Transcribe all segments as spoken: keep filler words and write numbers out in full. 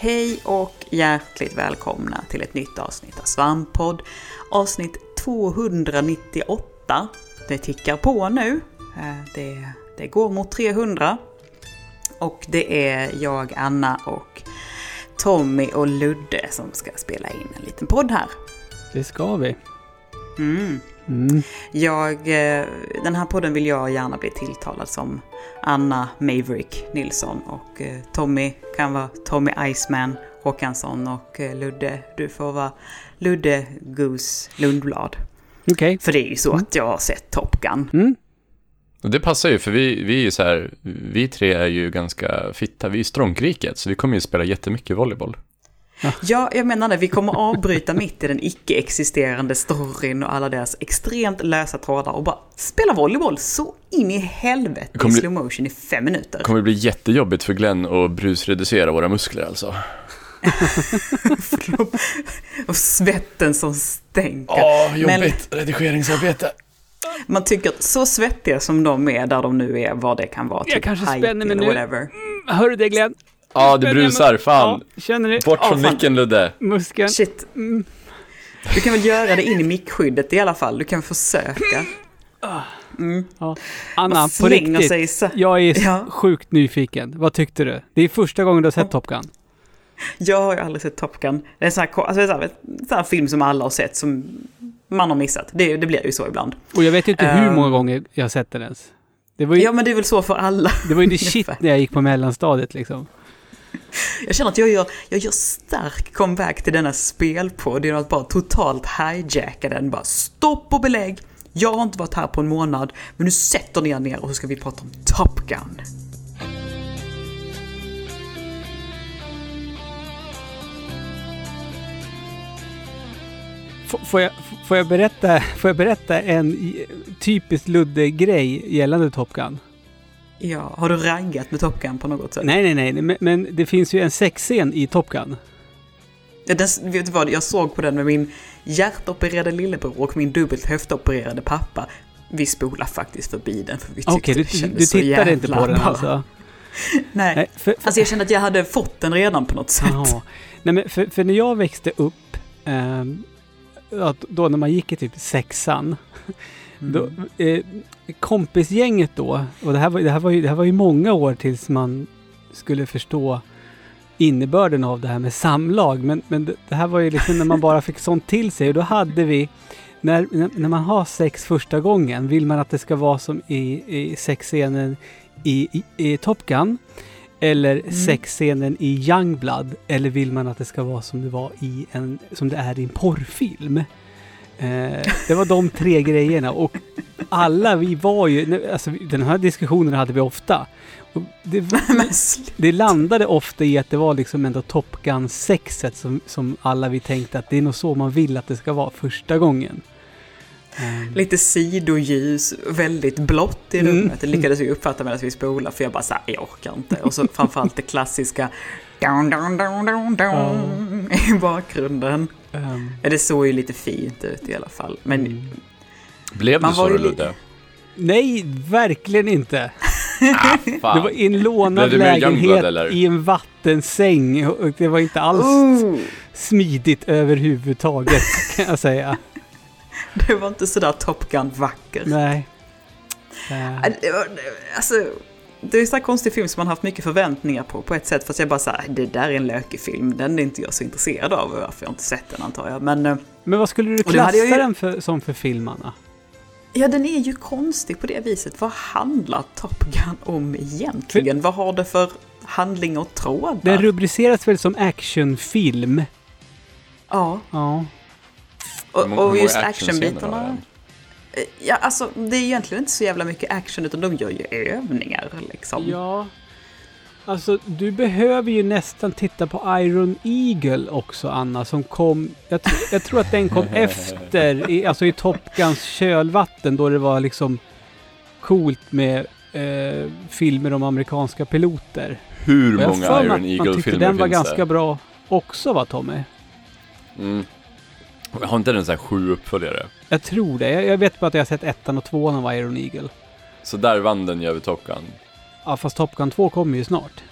Hej och hjärtligt välkomna till ett nytt avsnitt av Svamppodd. Avsnitt tvåhundranittioåtta. Det tickar på nu. Det, det går mot trehundra. Och det är jag, Anna och Tommy och Ludde som ska spela in en liten podd här. Det ska vi. Mm. Mm. Jag, den här podden vill jag gärna bli tilltalad som Anna Maverick Nilsson, och Tommy kan vara Tommy Iceman Håkansson, och Ludde, du får vara Ludde Goose Lundblad. Okej. Okay. För det är ju så att jag har sett Top Gun. Mm. Och det passar ju, för vi, vi är ju så här, vi tre är ju ganska fitta, vi är strånkriket, så vi kommer ju spela jättemycket volleyboll. Ja. ja, jag menar det. Vi kommer avbryta mitt i den icke-existerande storyn och alla deras extremt lösa trådar och bara spela volleyboll så in i helvete i slow motion i fem minuter. Det kommer bli jättejobbigt för Glenn att brusreducera våra muskler alltså. Och svetten som stänker. Åh, jobbigt. Men redigeringsarbete. Man tycker att så svettiga som de är där de nu är, vad det kan vara. Jag typ kanske spänner mig nu. Whatever. Mm, hör du det, Glenn? Ja, det brusar, fan. Ja, känner du? Bort från ja, micken, Ludde. Muskeln. Shit. Mm. Du kan väl göra det in i mickskyddet i alla fall. Du kan försöka. Mm. Ja. Anna, på riktigt, så. jag är ja. sjukt nyfiken. Vad tyckte du? Det är första gången du har sett Top Gun. Jag har ju aldrig sett Top Gun. Det är en sån här, alltså det är en sån här film som alla har sett, som man har missat. Det, det blir ju så ibland. Och jag vet ju inte hur um, många gånger jag har sett den ens. Det var ju, ja, men det är väl så för alla. Det var ju inte shit när jag gick på mellanstadiet liksom. Jag känner att jag gör, jag gör stark comeback till denna spelpodd. Det är att bara totalt hijacka den. Bara stopp och belägg. Jag har inte varit här på en månad, men nu sätter ni er ner och så ska vi prata om Top Gun. F- får, jag, får, jag berätta, får jag berätta en typisk Ludde-grej gällande Top Gun? Ja, har du raggat med Top Gun på något sätt? Nej, nej, nej. Men, men det finns ju en sexscen i Top Gun. Ja, den, vet du vad? Jag såg på den med min hjärtopererade lillebror och min dubbelt höftopererade pappa. Vi spolar faktiskt förbi den, för vi tyckte okay, det du, kändes du så jävla tittade inte på den bra. alltså? Nej, nej för, för, alltså jag kände att jag hade fått den redan på något sätt. Aha. Nej, men för, för när jag växte upp, eh, då när man gick i typ sexan, mm. då, eh, kompisgänget då, och det här, var, det, här var ju, det här var ju många år tills man skulle förstå innebörden av det här med samlag, men, men det, det här var ju liksom när man bara fick sånt till sig, och då hade vi när, när man har sex första gången, vill man att det ska vara som i, i sexscenen i, i, i Top Gun eller mm. sexscenen i Youngblood, eller vill man att det ska vara som det var i en, som det är i en porrfilm. Eh, det var de tre grejerna, och alla vi var ju, alltså den här diskussionen hade vi ofta, och det, det landade ofta i att det var liksom ändå Top Gun sexet som, som alla vi tänkte att det är nog så man vill att det ska vara första gången. Um. Lite sidoljus, väldigt blått i rummet. Mm. Det lyckades vi uppfatta medan vi spolade, för jag bara såhär, jag orkar inte. Och så framförallt det klassiska down, down, down, down, down uh. i bakgrunden. Um. Det såg ju lite fint ut i alla fall. Men mm. blev det så, Ludde? Nej, verkligen inte. Ah, det var en lånad lägenhet Youngblood, i en vattensäng, och det var inte alls uh. smidigt överhuvudtaget, kan jag säga. Det var inte sådär Top Gun vacker. Nej. Uh. Alltså, det är en sån här konstig film som man har haft mycket förväntningar på på ett sätt, fast jag bara såhär, det där är en lökig film, den är inte jag så intresserad av, varför jag inte sett den, antar jag. Men, Men vad skulle du klassa ju... den för, som för filmarna? Ja, den är ju konstig på det viset. Vad handlar Top Gun om egentligen? För... Vad har det för handling och trådar? Den rubriceras väl som actionfilm? Ja. Ja. Och, och just actionbitarna... Ja, alltså det är egentligen inte så jävla mycket action, utan de gör ju övningar liksom. Ja. Alltså, du behöver ju nästan titta på Iron Eagle också, Anna, som kom... Jag, t- jag tror att den kom efter, i, alltså i Top Guns kölvatten, då det var liksom coolt med eh, filmer om amerikanska piloter. Hur många Iron Eagle-filmer finns det? Man tyckte den var ganska det? bra också, va, Tommy? Mm. Har inte den så här sju uppföljare? Jag tror det. Jag, jag vet bara att jag har sett ettan och tvåan av Iron Eagle. Så där vann den ju över Top Gun. Ja, fast Top Gun två kommer ju snart.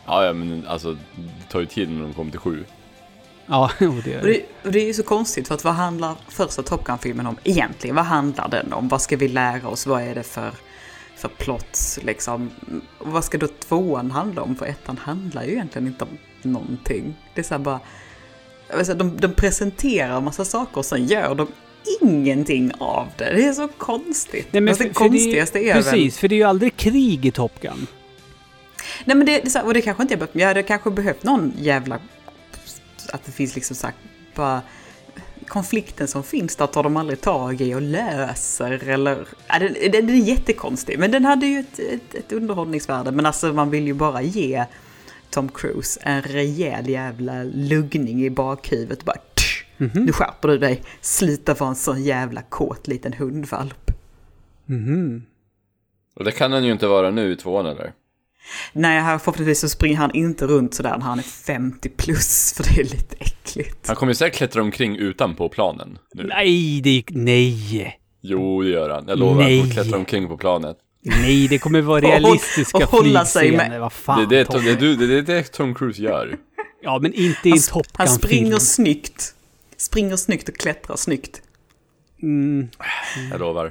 Ja, ja, men alltså det tar ju tid när de kommer till sju. Ja, och det, Och det, och det är ju så konstigt, för att vad handlar första Top Gun-filmen om egentligen? Vad handlar den om? Vad ska vi lära oss? Vad är det för, för plots liksom? Och vad ska då tvåan handla om? För ettan handlar ju egentligen inte om någonting. Det är så här bara... Alltså, de, de presenterar en massa saker och sen gör de ingenting av det. Det är så konstigt. Nej, men alltså, för, det för konstigaste det, är precis, väl... för det är ju aldrig krig i Top Gun. Nej, men det, det, är så här, och det kanske inte är... Jag hade kanske behövt någon jävla... Att det finns liksom sagt bara... Konflikten som finns där tar de aldrig tag i och löser. Eller, ja, den, den, den är jättekonstig. Men den hade ju ett, ett, ett underhållningsvärde. Men alltså man vill ju bara ge Tom Cruise en rejäl jävla luggning i bakhuvudet. Bara, mm-hmm. Nu skärper du dig. Sluta vara en sån jävla kåt liten hundvalp. Mhm. Och det kan han ju inte vara nu i tvåan eller? Nej, här förhoppningsvis så springer han inte runt sådär när han är femtio plus. För det är lite äckligt. Han kommer ju säkert klättra omkring utanpå planen nu. Nej, det nej. Jo, det gör han. Jag lovar Nej. att han klättra omkring på planet. Nej, det kommer vara realistiska och hålla sig flygscener. med- Vad fan, Det är det, Tom? det, är du- det är det Tom Cruise gör. Ja, men inte i Han, en Top han Gun-film. springer snyggt. Springer snyggt och klättrar snyggt. Mm. Jag lovar.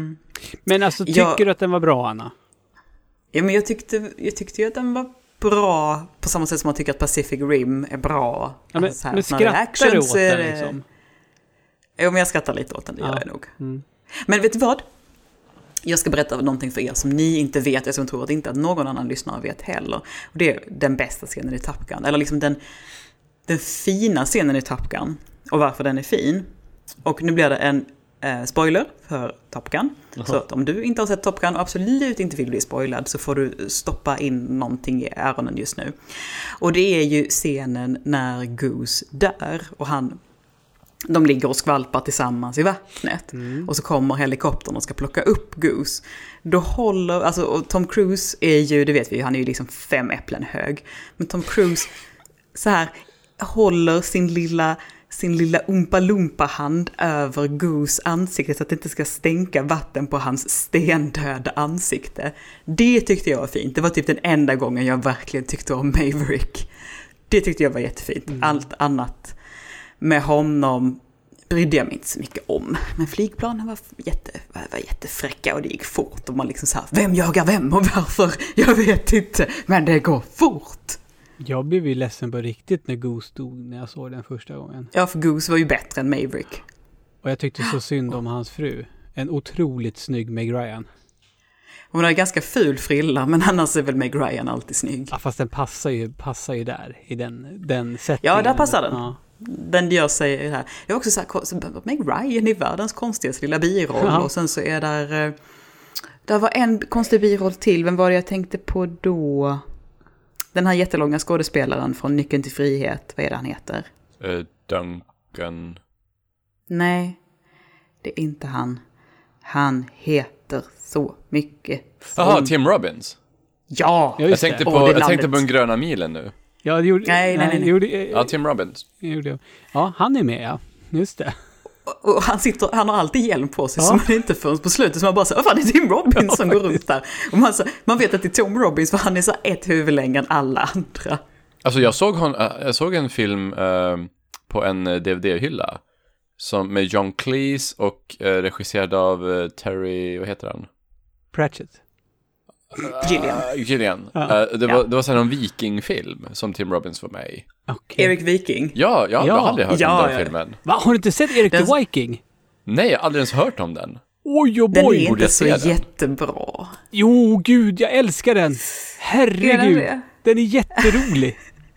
Men alltså, tycker Ja. du att den var bra, Anna? Ja, men jag tyckte, jag tyckte ju att den var bra på samma sätt som man tycker att Pacific Rim är bra. Ja, men, Alltså så här, men när det är skrattar action du åt så är den det- liksom? Jo, men jag skrattar lite åt den, det Ja. gör jag nog. Mm. Men vet du vad? Jag ska berätta någonting för er som ni inte vet, jag som tror att inte att någon annan lyssnare vet heller. Och det är den bästa scenen i Top Gun, eller liksom den, den fina scenen i Top Gun. Och varför den är fin. Och nu blir det en eh, spoiler för Top Gun. Så att om du inte har sett Top Gun och absolut inte vill bli spoilad så får du stoppa in någonting i öronen just nu. Och det är ju scenen när Goose dör och han... De ligger och skvalpar tillsammans i vattnet. Mm. Och så kommer helikoptern och ska plocka upp Goose. Då håller, alltså, och Tom Cruise är ju, det vet vi, han är ju liksom fem äpplen hög. Men Tom Cruise så här håller sin lilla, sin lilla umpa-lumpa-hand över Goose ansikte så att det inte ska stänka vatten på hans stendöda ansikte. Det tyckte jag var fint. Det var typ den enda gången jag verkligen tyckte om Maverick. Det tyckte jag var jättefint. Mm. Allt annat med honom brydde jag mig inte så mycket om. Men flygplanen var, jätte, var, var jättefräcka och det gick fort. Och man liksom så här, vem jagar vem och varför? Jag vet inte, men det går fort. Jag blev ju ledsen på riktigt när Goose dog när jag såg den första gången. Ja, för Goose var ju bättre än Maverick. Och jag tyckte så synd om hans fru. En otroligt snygg Meg Ryan. Hon har ganska ful frilla, men annars är väl Meg Ryan alltid snygg. Ja, fast den passar ju, passar ju där i den, den settingen. Ja, där passar den. Ja. Den gör sig här. Jag har också sagt Meg Ryan är världens konstigaste lilla biroll. Ja. Och sen så är där... Där var en konstig biroll till. Vem var det jag tänkte på då? Den här jättelånga skådespelaren från Nyckeln till frihet. Vad är det han heter? Uh, Duncan... Nej, det är inte han. Han heter så mycket. Jaha, som... Tim Robbins. Ja! Jag tänkte, på, oh, jag tänkte på en gröna milen nu. Ja, det gjorde, nej, nej, nej, nej. Gjorde, ja, Tim Robbins. Gjorde, ja, han är med, ja. Just det. Och, och han, sitter, han har alltid hjälm på sig, ja. Som man inte förrän på slutet. Så man bara så, vad fan, det är Tim Robbins ja, som faktiskt går runt där. Och man, så, man vet att det är Tom Robbins för han är så ett huvud längre än alla andra. Alltså jag såg, hon, jag såg en film uh, på en D V D-hylla. Som med John Cleese och uh, regisserad av uh, Terry, vad heter han? Pratchett. Gillian. Uh, Gillian. Ja. Uh, det var, ja. det var så här en vikingfilm som Tim Robbins var med i. Okay. Erik Viking. Ja, ja, ja. Jag har aldrig hört ja, om den ja. filmen. Va? Har du inte sett Erik den... the Viking? Nej, jag har aldrig ens hört om den. Oj, oj, den oj. är inte så jättebra. Jo, gud, jag älskar den. Herregud, den, den är jätterolig.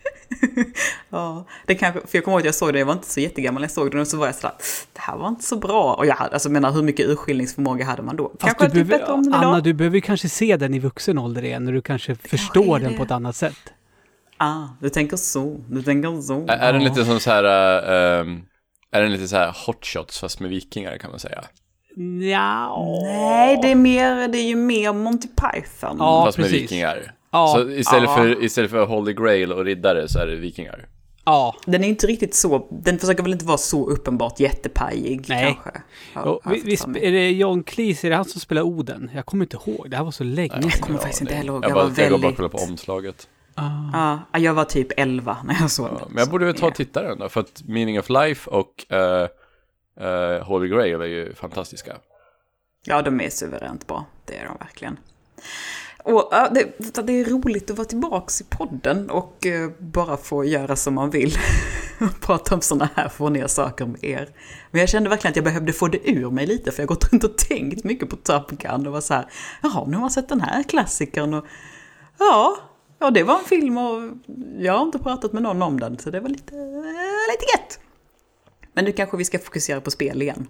Ja, det kanske, för jag kommer ihåg att jag såg det, jag var inte så jättegammal när jag såg den och så var jag sådär, det här var inte så bra. Och jag hade, alltså menar, hur mycket urskiljningsförmåga hade man då? Fast kanske du behöver, om Anna, idag. du behöver kanske se den i vuxen ålder igen när du kanske förstår den på ett annat sätt. Ah, du tänker så, du tänker så. Är, är den lite som så här, uh, um, är den lite så här hot shots fast med vikingar kan man säga? Ja. Nej, det är mer, det är ju mer Monty Python. Ja, fast precis. med vikingar. Ja. Så istället, ja. för, istället för Holy Grail och riddare så är det vikingar. Ja. Den är inte riktigt så, den försöker väl inte vara så uppenbart jättepajig. Nej. Kanske. Har, har vi, vi, är det John Cleese, är det han som spelar Oden? Jag kommer inte ihåg, det här var så länge sedan. Jag kommer faktiskt inte heller ihåg. Jag, jag bara, var jag väldigt... går bara kolla på omslaget. Ah. Ja, jag var typ elva när jag såg Ja, den. men jag borde väl ta ja. och titta den då, för att Meaning of Life och uh, uh, Holy Grail är ju fantastiska. Ja, de är suveränt bra. Det är de verkligen. Och ja, det, det är roligt att vara tillbaka i podden och uh, bara få göra som man vill. Och prata om sådana här fåniga saker med er. Men jag kände verkligen att jag behövde få det ur mig lite, för jag har gått runt och tänkt mycket på Top Gun och var så här, jaha, nu har man sett den här klassikern och ja, ja, det var en film och jag har inte pratat med någon om den, så det var lite, lite gött. Men nu kanske vi ska fokusera på spel igen.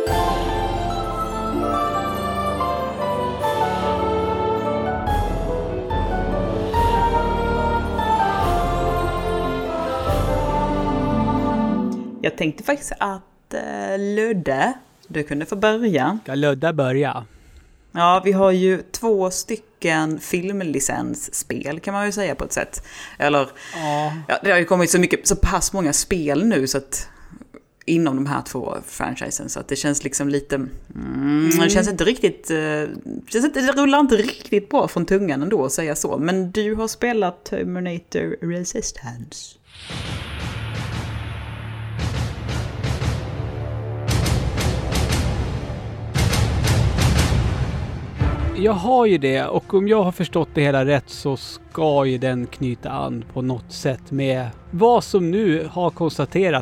Jag tänkte faktiskt att äh, Ludde, du kunde få börja. Ska Ludde börja? Ja, vi har ju två stycken filmlicensspel kan man ju säga på ett sätt. Eller, ja. Ja, det har ju kommit så mycket, så pass många spel nu så att inom de här två franchisen, så att det känns liksom lite, mm, mm. det känns inte riktigt, det, känns inte, det rullar inte riktigt bra från tungan ändå att säga så. Men du har spelat Terminator Resistance. Jag har ju det, och om jag har förstått det hela rätt så ska ju den knyta an på något sätt med vad som nu har konstaterat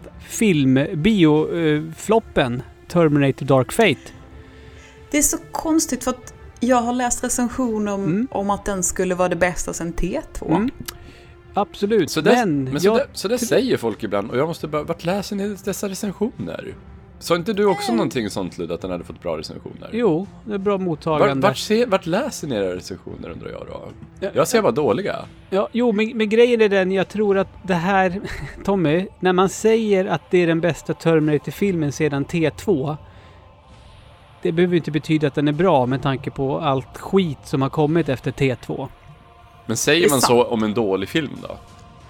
film-biofloppen Terminator Dark Fate. Det är så konstigt för att jag har läst recensioner om, mm. om att den skulle vara det bästa sen T två. Mm. Absolut, så det, men... men så, jag, det, så det säger folk ibland, och jag måste bara, vart läser ni dessa recensioner? Så inte du också mm. någonting sånt, Lud, att den hade fått bra recensioner? Jo, det är bra mottagande. Vart, vart, se, vart läser ni era recensioner, undrar jag då? Ja, jag ser bara dåliga. Ja, jo, men, men grejen är den, jag tror att det här, Tommy, när man säger att det är den bästa Terminator-filmen sedan T två, det behöver inte betyda att den är bra med tanke på allt skit som har kommit efter T två. Men säger man så om en dålig film då?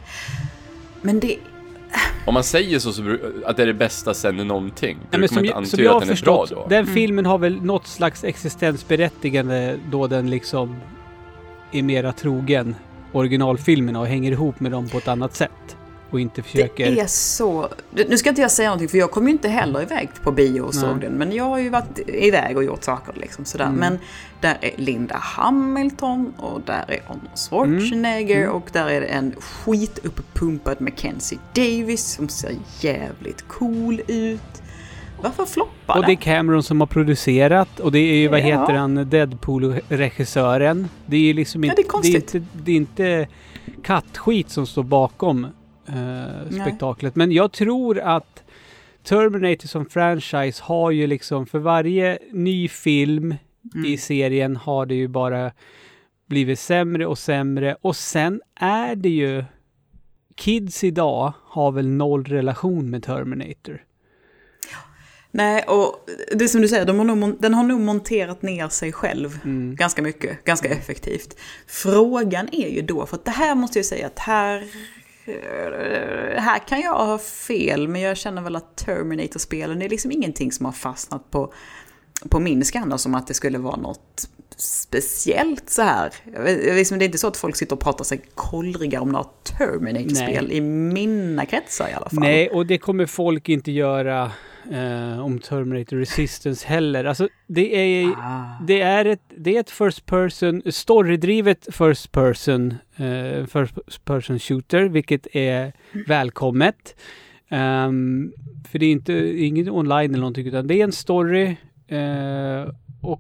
Men det... Om man säger så, så att det är det bästa sen någonting, ja, men som, man inte antyda att den förstått, är bra då. Den mm. filmen har väl något slags existensberättigande då den liksom är mera trogen originalfilmen och hänger ihop med dem på ett annat sätt. Och inte försöker... Det är så... Nu ska inte jag säga någonting, för jag kom ju inte heller iväg på bio och såg den. Men jag har ju varit iväg och gjort saker liksom sådär. Mm. Men där är Linda Hamilton och där är Arnold Schwarzenegger mm. och där är det en skituppumpad Mackenzie Davis som ser jävligt cool ut. Varför floppar det? Och det är Cameron som har producerat, och det är ju, vad ja. heter han, Deadpool-regissören. Det är ju liksom inte, ja, det är inte, det är inte kattskit som står bakom Uh, spektaklet. Men jag tror att Terminator som franchise har ju liksom, för varje ny film mm. i serien har det ju bara blivit sämre och sämre, och sen är det ju kids idag har väl noll relation med Terminator. Nej, och det är som du säger, de har nog, den har nog monterat ner sig själv mm. ganska mycket, ganska effektivt. Frågan är ju då, för att det här måste jag säga att här här kan jag ha fel, men jag känner väl att Terminator-spelen är liksom ingenting som har fastnat på, på min skanner som att det skulle vara något speciellt så här. Liksom, det är inte så att folk sitter och pratar sig kollriga om något Terminator-spel i mina kretsar i alla fall. Nej, och det kommer folk inte göra eh, om Terminator Resistance heller. Alltså, det är, ah. det är ett, det är ett first person, storydrivet first person eh, first person shooter, vilket är mm. välkommet. Um, för det är inte inget online eller någonting, utan det är en story eh, och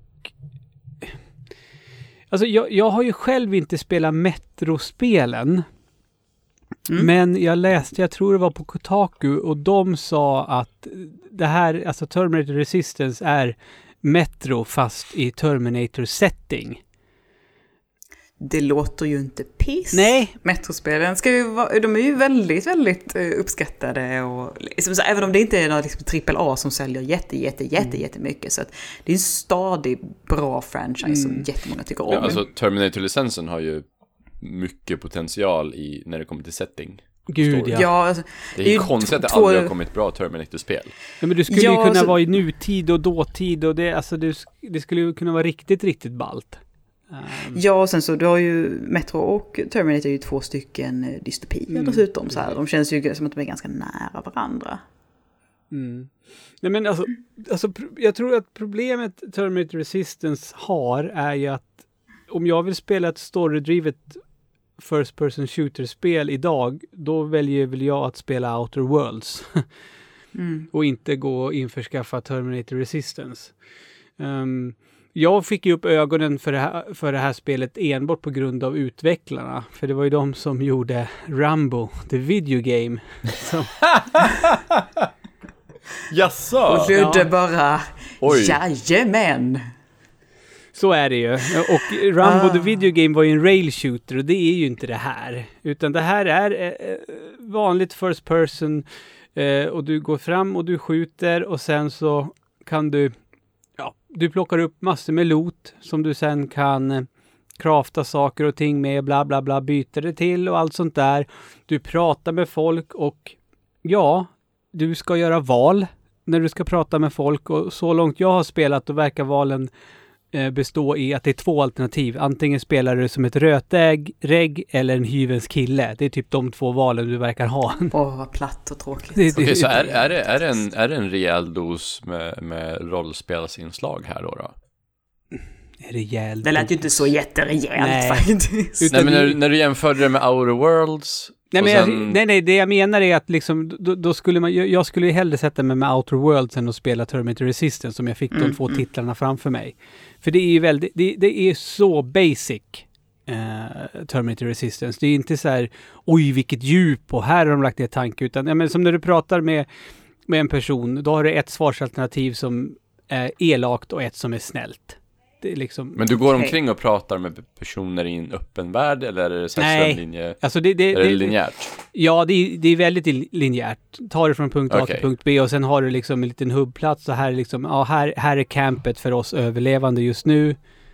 alltså jag, jag har ju själv inte spelat Metro-spelen. Mm. Men jag läste, jag tror det var på Kotaku, och de sa att det här, alltså Terminator Resistance är Metro fast i Terminator-setting. Det låter ju inte piss. Nej. Metrospelen ska ju vara, de är ju väldigt, väldigt uppskattade. Och, liksom, så, även om det inte är något liksom, trippel A som säljer jätte, jätte, jätte, mm. jättemycket. Så att det är en stadig, bra franchise mm. som jättemånga tycker om. Ja, alltså Terminator-licensen har ju mycket potential i när det kommer till setting. Gud, ja. ja alltså, det är ju konstigt att det två... aldrig har kommit bra Terminator-spel. Ja, men du skulle ja, ju kunna alltså... vara i nutid och dåtid, och det, alltså, det, det skulle ju kunna vara riktigt, riktigt ballt. Um, ja, och sen så du har ju Metro och Terminator är ju två stycken dystopier mm, dessutom. Så här. De känns ju som att de är ganska nära varandra. Mm. Nej, men alltså, alltså, jag tror att problemet Terminator Resistance har är ju att om jag vill spela ett storydrivet first person shooter-spel idag, då väljer väl jag att spela Outer Worlds. mm. Och inte gå och införskaffa Terminator Resistance. Um, jag fick ju upp ögonen för det, här, för det här spelet enbart på grund av utvecklarna. För det var ju de som gjorde Rambo, the video game. Som... Jaså? Och Ludde ja. bara, Oj. jajamän! Så är det ju. Och Rambo ah. the Video Game var ju en rail shooter och det är ju inte det här. Utan det här är eh, vanligt first person eh, och du går fram och du skjuter och sen så kan du ja, du plockar upp massor med loot som du sen kan eh, crafta saker och ting med, bla bla bla, byta det till och allt sånt där. Du pratar med folk och ja, du ska göra val när du ska prata med folk och så långt jag har spelat då verkar valen bestå i att det är två alternativ. Antingen spelar du som ett rötägg, regg eller en hyvens kille. Det är typ de två valen du verkar ha. Åh, oh, vad platt och tråkigt. Det, det, Okej, så är, är, det, är, det en, är det en rejäl dos med, med rollspelsinslag här då? då? Rejäl det lät ju inte så jätterejält faktiskt. Nej, men när, när du jämför det med Outer Worlds... Nej, men sen... jag, nej, nej, det jag menar är att liksom, då, då skulle man, jag, jag skulle ju hellre sätta mig med Outer Worlds än att spela Terminator Resistance som jag fick mm, de två mm. titlarna framför mig. För det är ju väldigt, det, det är så basic eh, Terminator Resistance. Det är inte så här, oj vilket djup och här har de lagt ner tanke, utan ja, men som när du pratar med, med en person, då har du ett svarsalternativ som är elakt och ett som är snällt. Det är liksom, men du går okay. omkring och pratar med personer i en öppen värld eller är det så här strömlinje? Alltså det, det, är det, det linjärt? Ja, det är, det är väldigt linjärt. Ta det från punkt A okay. till punkt B och sen har du liksom en liten hubbplats och här är liksom, ja, här, här är campet för oss överlevande just nu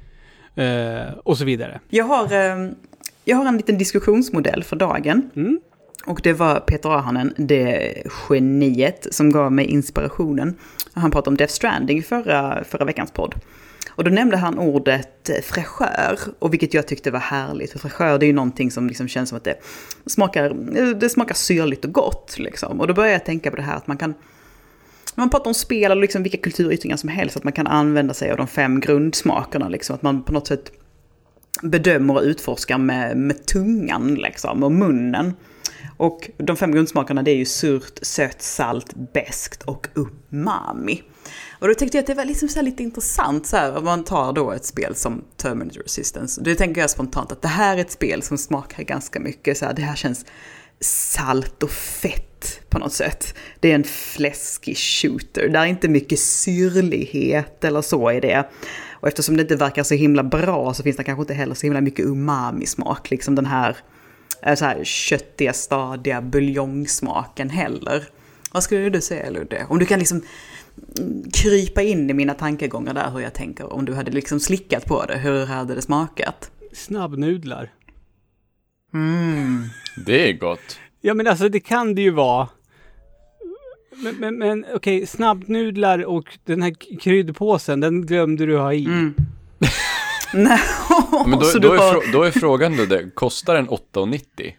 uh, och så vidare. Jag har, uh, jag har en liten diskussionsmodell för dagen. Mm. Och det var Peter Ahanen, det geniet, som gav mig inspirationen. Han pratade om Death Stranding förra, förra veckans podd. Och då nämnde han ordet fräschör, och vilket jag tyckte var härligt. För fräschör, det är ju någonting som liksom känns som att det smakar, det smakar syrligt och gott. Liksom. Och då började jag tänka på det här att man kan, när man pratar om spel eller liksom vilka kulturyttringar som helst, att man kan använda sig av de fem grundsmakerna. Liksom. Att man på något sätt bedömer och utforskar med, med tungan liksom, och munnen. Och de fem grundsmakerna, det är ju surt, sött, salt, beskt och umami. Och då tänkte jag att det var liksom så här lite intressant så här, om man tar då ett spel som Terminator Resistance. Då tänker jag spontant att det här är ett spel som smakar ganska mycket så här, det här känns salt och fett på något sätt. Det är en fläskig shooter. Det är inte mycket syrlighet eller så i det. Och eftersom det inte verkar så himla bra så finns det kanske inte heller så himla mycket umami-smak. Liksom den här, så här köttiga, stadiga buljongsmaken heller. Vad skulle du säga, Ludde? Om du kan liksom krypa in i mina tankegångar där hur jag tänker. Om du hade liksom slickat på det, hur hade det smakat? Snabbnudlar. Mm. Det är gott. Ja, men alltså det kan det ju vara. Men, men, men okej, okay, snabbnudlar och den här kryddpåsen, den glömde du ha i. Mm. Nej, men då, då, är har... frå- då är frågan då, det kostar en åtta nittio?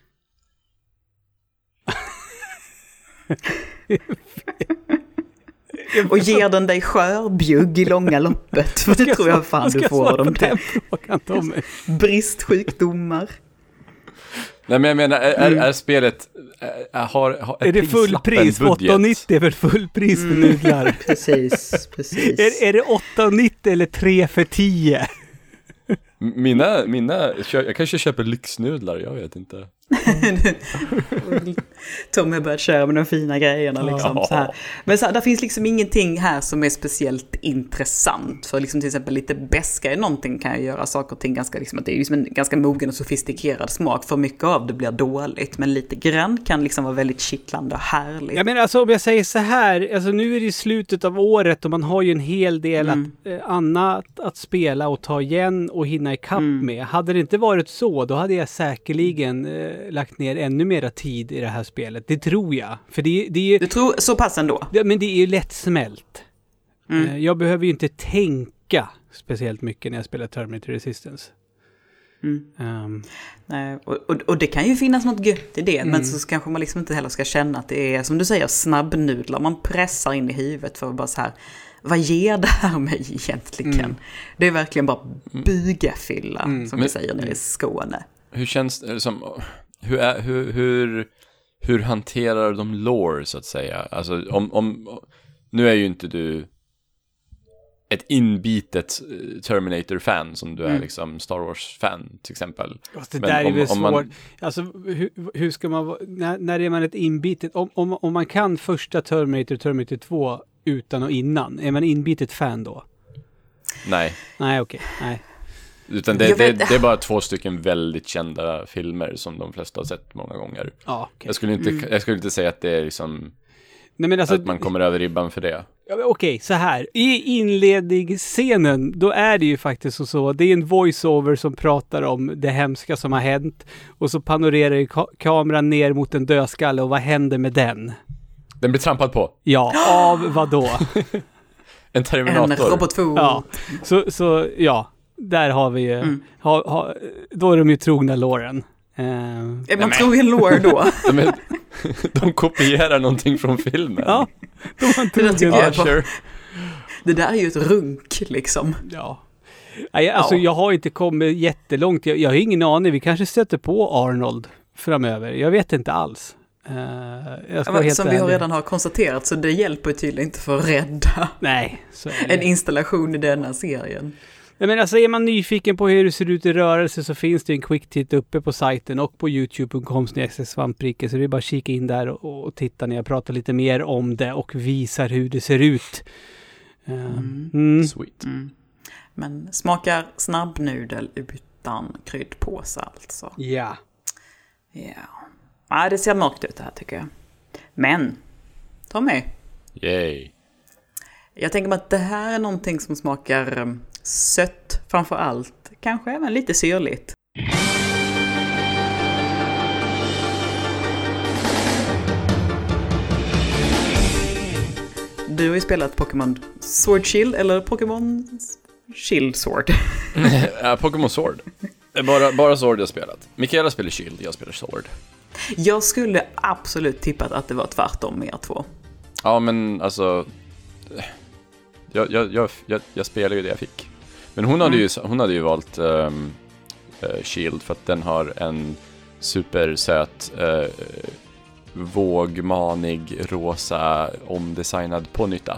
Och ger den dig skörbjugg i långa loppet. För det tror jag fan du får dem till. Bristsjukdomar. Nej, men jag menar, är, mm. är, är spelet är, har, har är det full pris? åtta nittio är väl full pris för nudlar? Mm. Precis, precis. Är, är det åtta nittio eller tre för tio? Mina, mina, jag kanske köper lyxnudlar, jag vet inte. Tommy har börjat köra med de fina grejerna liksom, ja. så här. Men så här, där finns liksom ingenting här som är speciellt intressant. För liksom till exempel lite beska i någonting kan jag göra saker och ting ganska, liksom, att det är liksom en ganska mogen och sofistikerad smak. För mycket av det blir dåligt, men lite grann kan liksom vara väldigt kittlande och härligt. Jag menar, alltså om jag säger så här, alltså nu är det i slutet av året och man har ju en hel del mm. att, eh, annat att spela och ta igen och hinna ikapp mm. med. Hade det inte varit så, då hade jag säkerligen eh, lagt ner ännu mera tid i det här spelet. Det tror jag. För det, det är, du tror så pass ändå? Det, men det är ju lättsmält. Mm. Jag behöver ju inte tänka speciellt mycket när jag spelar Terminator Resistance. Mm. Um, Nej, och, och, och det kan ju finnas något gött i det, Mm. men så kanske man liksom inte heller ska känna att det är, som du säger, snabbnudlar. Man pressar in i huvudet för att bara så här, vad ger det här mig egentligen? Mm. Det är verkligen bara bygafylla, Mm. som Men- vi säger nere i Skåne. Hur känns det som, hur, är, hur, hur, hur hanterar de lore så att säga? Alltså om, om, nu är ju inte du ett inbitet eh, Terminator-fan som du är Mm. liksom Star Wars-fan till exempel. Fast det Men där är om- väl om man- svårt. Alltså, hur, hur ska man vara, när, när är man ett inbitet, om, om, om man kan första Terminator, Terminator två utan och innan, är man inbitet fan då? Nej, Nej, okej, nej. utan det, Jag det, vet- det är bara två stycken väldigt kända filmer som de flesta har sett många gånger. Ja, okej. Jag skulle inte, Mm. jag skulle inte säga att det är liksom Nej, men alltså, att man kommer över ribban för det. ja, men okej, så här. I inledningsscenen, då är det ju faktiskt så, så det är en voiceover som pratar om det hemska som har hänt. Och så panorerar ju ka- kameran ner mot en dödskalle och vad händer med den? Den blir trampad på. Ja, av vad då? En En Terminator. robotfot. Ja, så, så ja, där har vi ju, Mm. ha, ha, då är de ju trogna låren. Eh, Är man trogen lore då? De, är, de kopierar någonting från filmen. ja, de har Det där tycker trogen. Ja, jag bara- sure. Det där är ju ett runk liksom. Ja. Nej, alltså Ja. jag har inte kommit jättelångt. Jag, jag har ingen aning. Vi kanske stöter på Arnold framöver. Jag vet inte alls. Uh, jag ska vara helt Som vi har ärlig. redan har konstaterat, så det hjälper tydligen inte för att rädda Nej, så är det. en installation i denna serien. Jag menar, alltså är man nyfiken på hur det ser ut i rörelse så finns det en quick titt uppe på sajten och på youtube punkt com slash svampriket, så det är bara att kika in där och, och titta när jag pratar lite mer om det och visar hur det ser ut. Uh, Mm. mm. Sweet. Mm. Men smakar snabbnudel utan kryddpåse alltså. Ja. Ja. Ja, det ser mörkt ut det här tycker jag. Men, Tommy, Yay. jag tänker mig att det här är någonting som smakar um, sött framför allt. Kanske även lite syrligt. Du har ju spelat Pokémon Sword Shield eller Pokémon Shield Sword. Ja, Pokémon Sword. Det är bara, bara Sword jag spelat. Mikaela spelar Shield, jag spelar Sword. Jag skulle absolut tippat att det var tvärtom med er två. Ja, men alltså... Jag, jag, jag, jag, jag spelar ju det jag fick. Men hon hade ju, hon hade ju valt um, uh, Shield för att den har en supersöt, uh, vågmanig, rosa, omdesignad pånytta.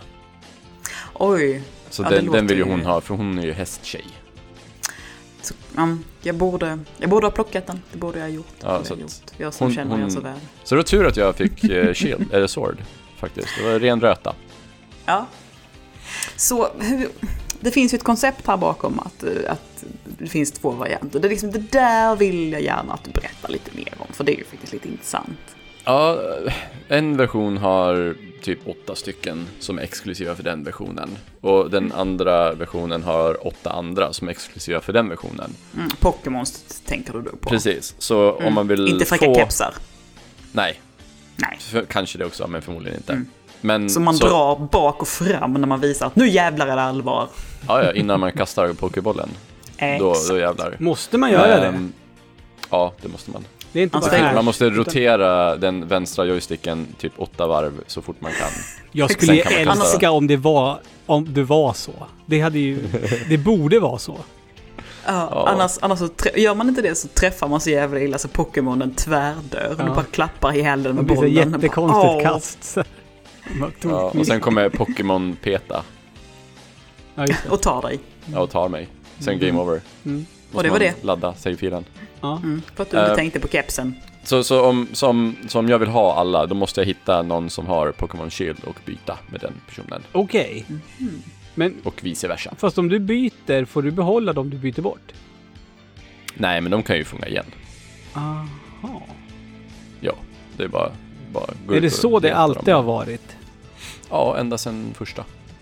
Oj. Så Ja, det den, den vill ju låter ju- hon ha, för hon är ju hästtjej. Så, um, jag, borde, jag borde ha plockat den. Det borde jag ha gjort. Det Ja, borde så jag, att gjort. jag som hon- känner hon- jag så väl. Så det var tur att jag fick uh, Shield, eller Sword, faktiskt. Det var ren röta. Ja. Så hur, det finns ju ett koncept här bakom att, eh, att det finns två varianter. Det, är liksom, det där vill jag gärna att du berättar lite mer om. För det är ju faktiskt lite intressant. Ja, en version har typ åtta stycken som är exklusiva för den versionen. Och den andra versionen har åtta andra som är exklusiva för den versionen. Mm. Pokémon tänker du då på. Precis, så Mm. om man vill Inte fräcka få... kepsar. Nej, Nej. för, kanske det också, men förmodligen inte. Mm. Men, Så man drar bak och fram när man visar att nu jävlar är det allvar. Ja, ja, innan man kastar pokébollen. Då, då jävlar. Måste man göra det? Ehm, Ja, det måste man. Det är inte Alltså, bara det- här. Man måste rotera den vänstra joysticken typ åtta varv så fort man kan. Jag skulle Sen kan man kasta. älska om det var om det var så. Det hade ju... Det borde vara så. Ja, Ja. Annars, annars så trä- gör man inte det så träffar man så jävla illa så Pokémonen tvärdör. Ja. Och bara klappar i handen Det med blir så bollen. jättekonstigt Bara, åh. kast. Vad tog Ja, ni? och sen kommer Pokémon peta Ja, just det. Och tar dig. ja, och tar mig. Sen game over. Mm. Måste Och det var man det. Ladda save-filen. Ja. Mm, för att du Eh. inte tänkte på kepsen. Så, så om som, som jag vill ha alla, då måste jag hitta någon som har Pokémon Shield och byta med den personen. Okej. Mhm. Men Och vice versa. fast om du byter, får du behålla dem du byter bort? Nej, men de kan ju fånga igen. Aha. Ja, det är bara, bara gå Är ut det och så det leta alltid dem. har varit? Ja, ända sedan första.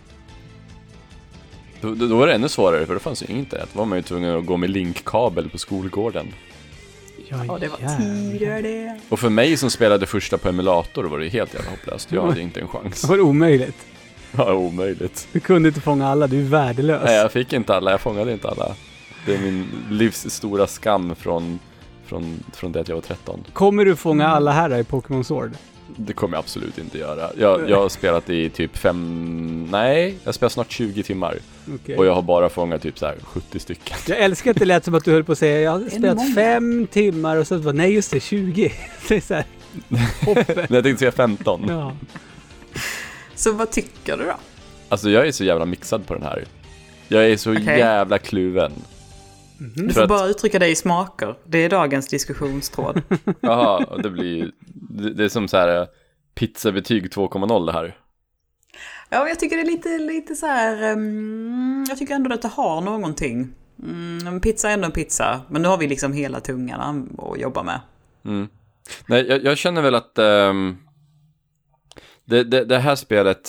Då, då, då var det ännu svårare, för det fanns ju internet. Då var man ju tvungen att gå med linkkabel på skolgården. Ja, det var jävlar. tidigare det. Och för mig som spelade första på emulator var det ju helt jävla hopplöst. Jag hade inte en chans. Det var omöjligt. Ja, omöjligt. Du kunde inte fånga alla, du är värdelös. Nej, jag fick inte alla, jag fångade inte alla. Det är min livs stora skam från, från, från det att jag var tretton. Kommer du fånga alla här i Pokémon Sword? Det kommer jag absolut inte göra. Jag, jag har spelat i typ fem... Nej, jag spelar snart tjugo timmar. Okay. Och jag har bara fångat typ så här sjuttio stycken. Jag älskar att det lät som att du höll på att säga jag har spelat fem timmar och så var nej just det, tjugo. Det är så här. Nej, jag tänkte säga femton. Ja. Så vad tycker du då? Alltså jag är så jävla mixad på den här. Jag är så okay. jävla kluven. Mm-hmm. Du får att... bara uttrycka dig i smaker. Det är dagens diskussionstråd. Jaha, det blir det, det är som så här pizzabetyg två komma noll det här. Ja, jag tycker det är lite, lite så här... Um, jag tycker ändå att det har någonting. Mm, pizza är ändå en pizza. Men nu har vi liksom hela tungan att jobba med. Mm. Nej, jag, jag känner väl att um, det, det, det här spelet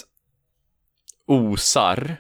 osar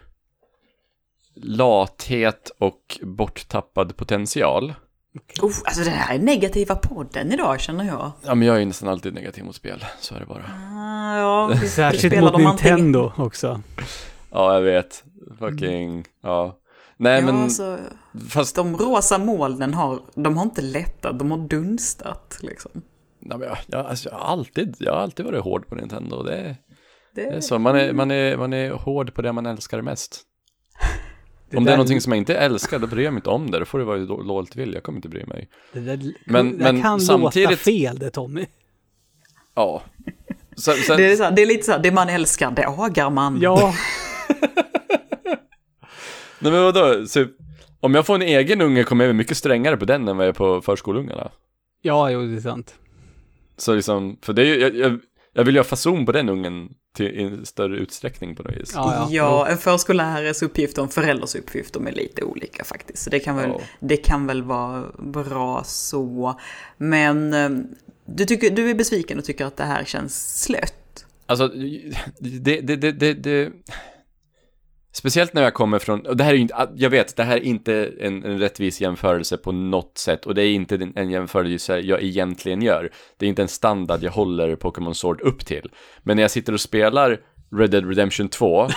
lathet och borttappad potential. Oh, alltså det här är negativa podden idag, känner jag. Ja, men jag är ju nästan alltid negativ mot spel. Så är det bara. Ah, ja, särskilt mot Nintendo antingen... också. Ja, jag vet. Fucking, mm. ja. Nej, ja, men... Alltså, fast de rosa molnen har, de har inte lättat, de har dunstat, liksom. Nej, men jag, jag, alltså, jag, har alltid, jag har alltid varit hård på Nintendo. Det, det... det är så. Man är, man, är, man är hård på det man älskar mest. Det om det är någonting som jag inte älskar, då bryr jag mig inte om det. Då får det vara lågt vill, jag kommer inte bry mig. Det där, men, det men kan samtidigt... låta fel det, Tommy. Ja. Så, sen... det, är så, det är lite så här, det man älskar, det agar man. Ja. Nej, men vadå? Så, om jag får en egen unge kommer jag vara mycket strängare på den än vad jag är på förskolungarna. Ja, jo, det är sant. Så liksom, för det är ju, jag, jag, jag vill ju ha fason på den ungen till, i en större utsträckning på något vis. Ja, ja. ja en förskolärares uppgift och en förälders uppgift, de är lite olika faktiskt. Så det kan väl, ja. det kan väl vara bra så. Men du, tycker, du är besviken och tycker att det här känns slött. Alltså, det... det, det, det, det... Speciellt när jag kommer från, och det här är ju inte, jag vet, det här är inte en, en rättvis jämförelse på något sätt, och det är inte en jämförelse jag egentligen gör. Det är inte en standard jag håller Pokémon Sword upp till. Men när jag sitter och spelar Red Dead Redemption två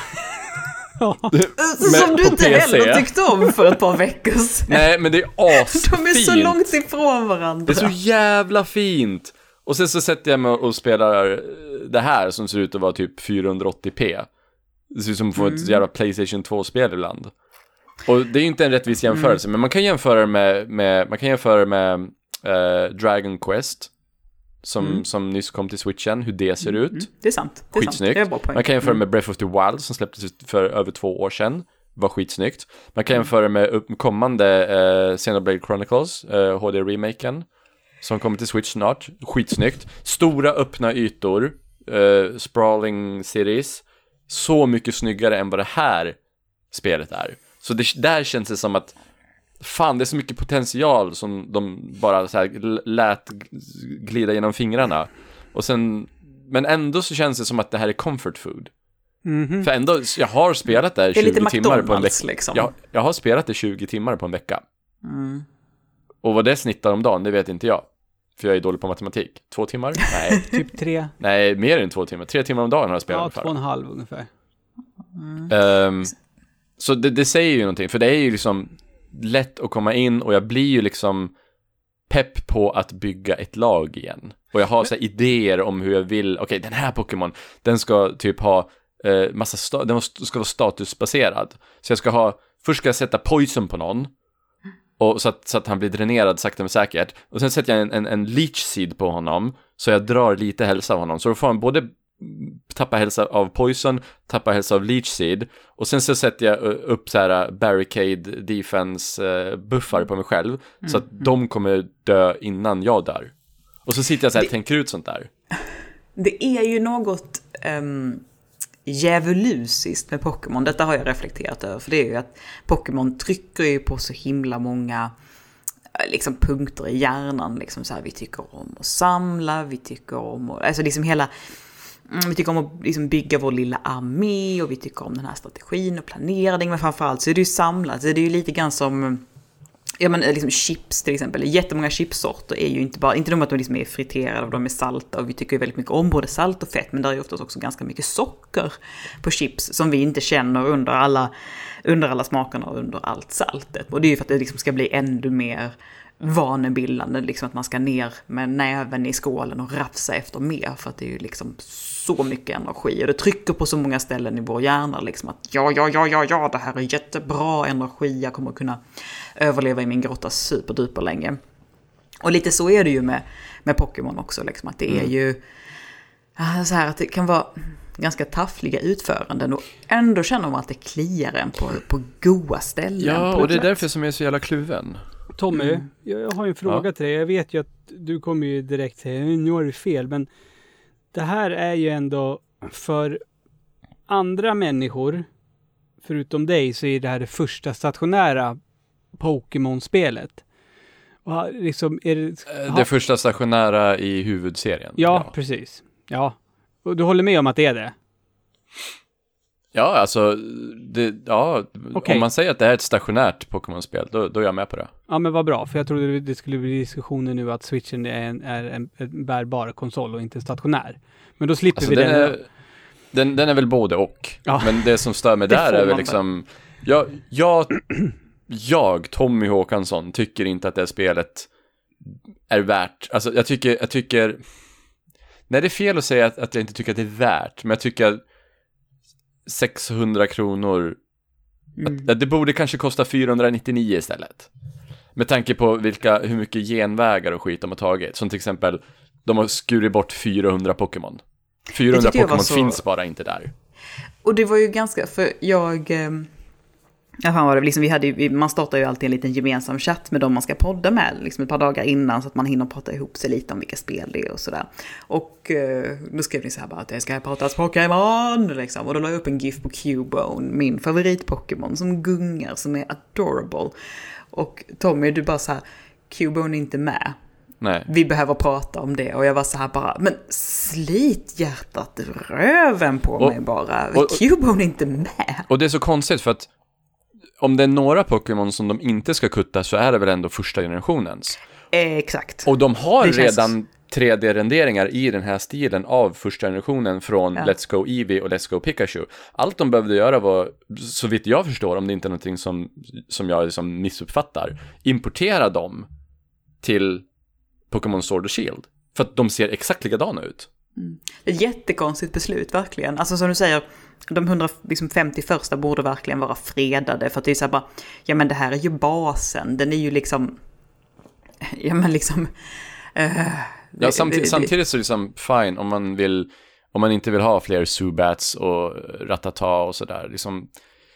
med, som du inte P C, heller tyckte om för ett par veckor sedan. Nej, men det är asfint. De är så långt ifrån varandra. Det är så jävla fint. Och sen så sätter jag mig och spelar det här som ser ut att vara typ fyrahundraåttio p. Det ser ut som att få ett mm. jävla PlayStation två-spel ibland. Och det är ju inte en rättvis jämförelse, mm. men man kan jämföra med, med man kan jämföra med uh, Dragon Quest som, mm. som nyss kom till Switchen, hur det ser ut. Mm. Det är sant. Det är skitsnyggt. Sant. Det är man kan jämföra med Breath of the Wild som släpptes för över två år sedan. Var skitsnyggt. Man kan jämföra med uppkommande uh, Xenoblade Chronicles, uh, H D-remaken som kommer till Switch snart. Skitsnyggt. Stora öppna ytor, uh, sprawling cities. Så mycket snyggare än vad det här spelet är. Så det, där känns det som att fan, det är så mycket potential som de bara så här lät glida genom fingrarna. Och sen, men ändå så känns det som att det här är comfort food. Mm-hmm. För ändå, jag har spelat det, det tjugo timmar på en vecka. Liksom. Jag, jag har spelat det tjugo timmar på en vecka. Mm. Och vad det snittar om dagen, det vet inte jag. För jag är dålig på matematik. Två timmar? Nej. Typ tre. Nej, mer än två timmar. Tre timmar om dagen har jag spelat. Ja, ungefär. två och en halv ungefär. Mm. Um, så det, det säger ju någonting. För det är ju liksom lätt att komma in. Och jag blir ju liksom pepp på att bygga ett lag igen. Och jag har så här idéer om hur jag vill. Okej, okay, den här Pokémon, den ska typ ha uh, massa sta- den ska vara statusbaserad. Så jag ska ha, först ska jag sätta poison på någon. Och så att, så att han blir dränerad sakta men säkert. Och sen sätter jag en, en, en leech seed på honom. Så jag drar lite hälsa av honom. Så då får han både tappa hälsa av poison, tappa hälsa av leech seed. Och sen så sätter jag upp så här barricade defense uh, buffar på mig själv. Mm. Så att de kommer dö innan jag dör. Och så sitter jag så här och tänker ut sånt där. Det är ju något... Um... djävulusiskt med Pokémon. Detta har jag reflekterat över. För det är ju att Pokémon trycker ju på så himla många liksom punkter i hjärnan. Liksom så här, vi tycker om att samla, vi tycker om att, alltså liksom hela, vi tycker om att liksom bygga vår lilla armé och vi tycker om den här strategin och planering. Men framförallt så är det ju samlat. Så det är ju lite grann som Ja, men liksom chips till exempel. Jättemånga chipsorter är ju inte bara, inte de att de liksom är friterade och de är salta, och vi tycker ju väldigt mycket om både salt och fett, men där är ju oftast också ganska mycket socker på chips som vi inte känner under alla, under alla smakerna och under allt saltet. Och det är ju för att det liksom ska bli ännu mer vanebildande, liksom att man ska ner med näven i skålen och rafsa efter mer, för att det är ju liksom så mycket energi och det trycker på så många ställen i vår hjärna liksom att ja, ja, ja, ja, ja, det här är jättebra energi, jag kommer kunna överleva i min grotta superduper länge. Och lite så är det ju med, med Pokémon också, liksom att det är mm. ju så här att det kan vara ganska taffliga utföranden och ändå känner man att det kliar en på, på goda ställen. Ja, och det är därför som jag är så jävla kluven. Tommy, mm. jag har en fråga ja. till dig. Jag vet ju att du kommer ju direkt säga nu har du fel, men det här är ju ändå för andra människor förutom dig så är det här det första stationära Pokémon-spelet. Och liksom är det, det första stationära i huvudserien. Ja, ja, precis. Ja. Och du håller med om att det är det? Ja, alltså det, ja, okay. Om man säger att det är ett stationärt Pokémon-spel, då, då är jag med på det. Ja, men vad bra, för jag trodde det skulle bli diskussioner nu att Switchen är en, är en, en bärbar konsol och inte stationär. Men då slipper alltså, vi den. Är, den. Den är väl både och. Ja. Men det som stör mig där är väl liksom... Jag, jag, jag, Tommy Håkansson, tycker inte att det spelet är värt... Alltså jag tycker... Jag tycker nej, det är fel att säga att, att jag inte tycker att det är värt, men jag tycker att sexhundra kronor mm. att, det borde kanske kosta fyrahundranittionio istället. Med tanke på vilka, hur mycket genvägar och skit de har tagit. Som till exempel, de har skurit bort fyrahundra Pokémon. fyrahundra Pokémon så... finns bara inte där. Och det var ju ganska, för jag... Ja, fan var det, liksom, vi hade, man startar ju alltid en liten gemensam chatt med dem man ska podda med liksom ett par dagar innan, så att man hinner prata ihop sig lite om vilka spel det är och sådär. Och eh, då skrev ni så här bara att det ska pratas Pokémon liksom. Och då la jag upp en gif på Cubone, min favorit-Pokémon som gungar, som är adorable. Och Tommy, du bara så här, Cubone är inte med. Nej. Vi behöver prata om det. Och jag var så här bara, men slit hjärtat ur röven på och, mig bara. Och, Cubone är inte med. Och det är så konstigt för att om det är några Pokémon som de inte ska kutta så är det väl ändå första generationens. Eh, exakt. Och de har det redan känns... tre D-renderingar i den här stilen av första generationen från ja. Let's Go Eevee och Let's Go Pikachu. Allt de behövde göra var, så vitt jag förstår, om det inte är någonting som, som jag liksom missuppfattar, importera dem till Pokémon Sword och Shield. För att de ser exakt likadana ut. Mm. Ett jättekonstigt beslut, verkligen. Alltså som du säger, de hundrafemtio första borde verkligen vara fredade, för att det är så här bara, ja men det här är ju basen, den är ju liksom, ja men liksom uh, ja, samtid- det, samtidigt så är det liksom fine om man vill, om man inte vill ha fler Zubats och Rattata och sådär liksom.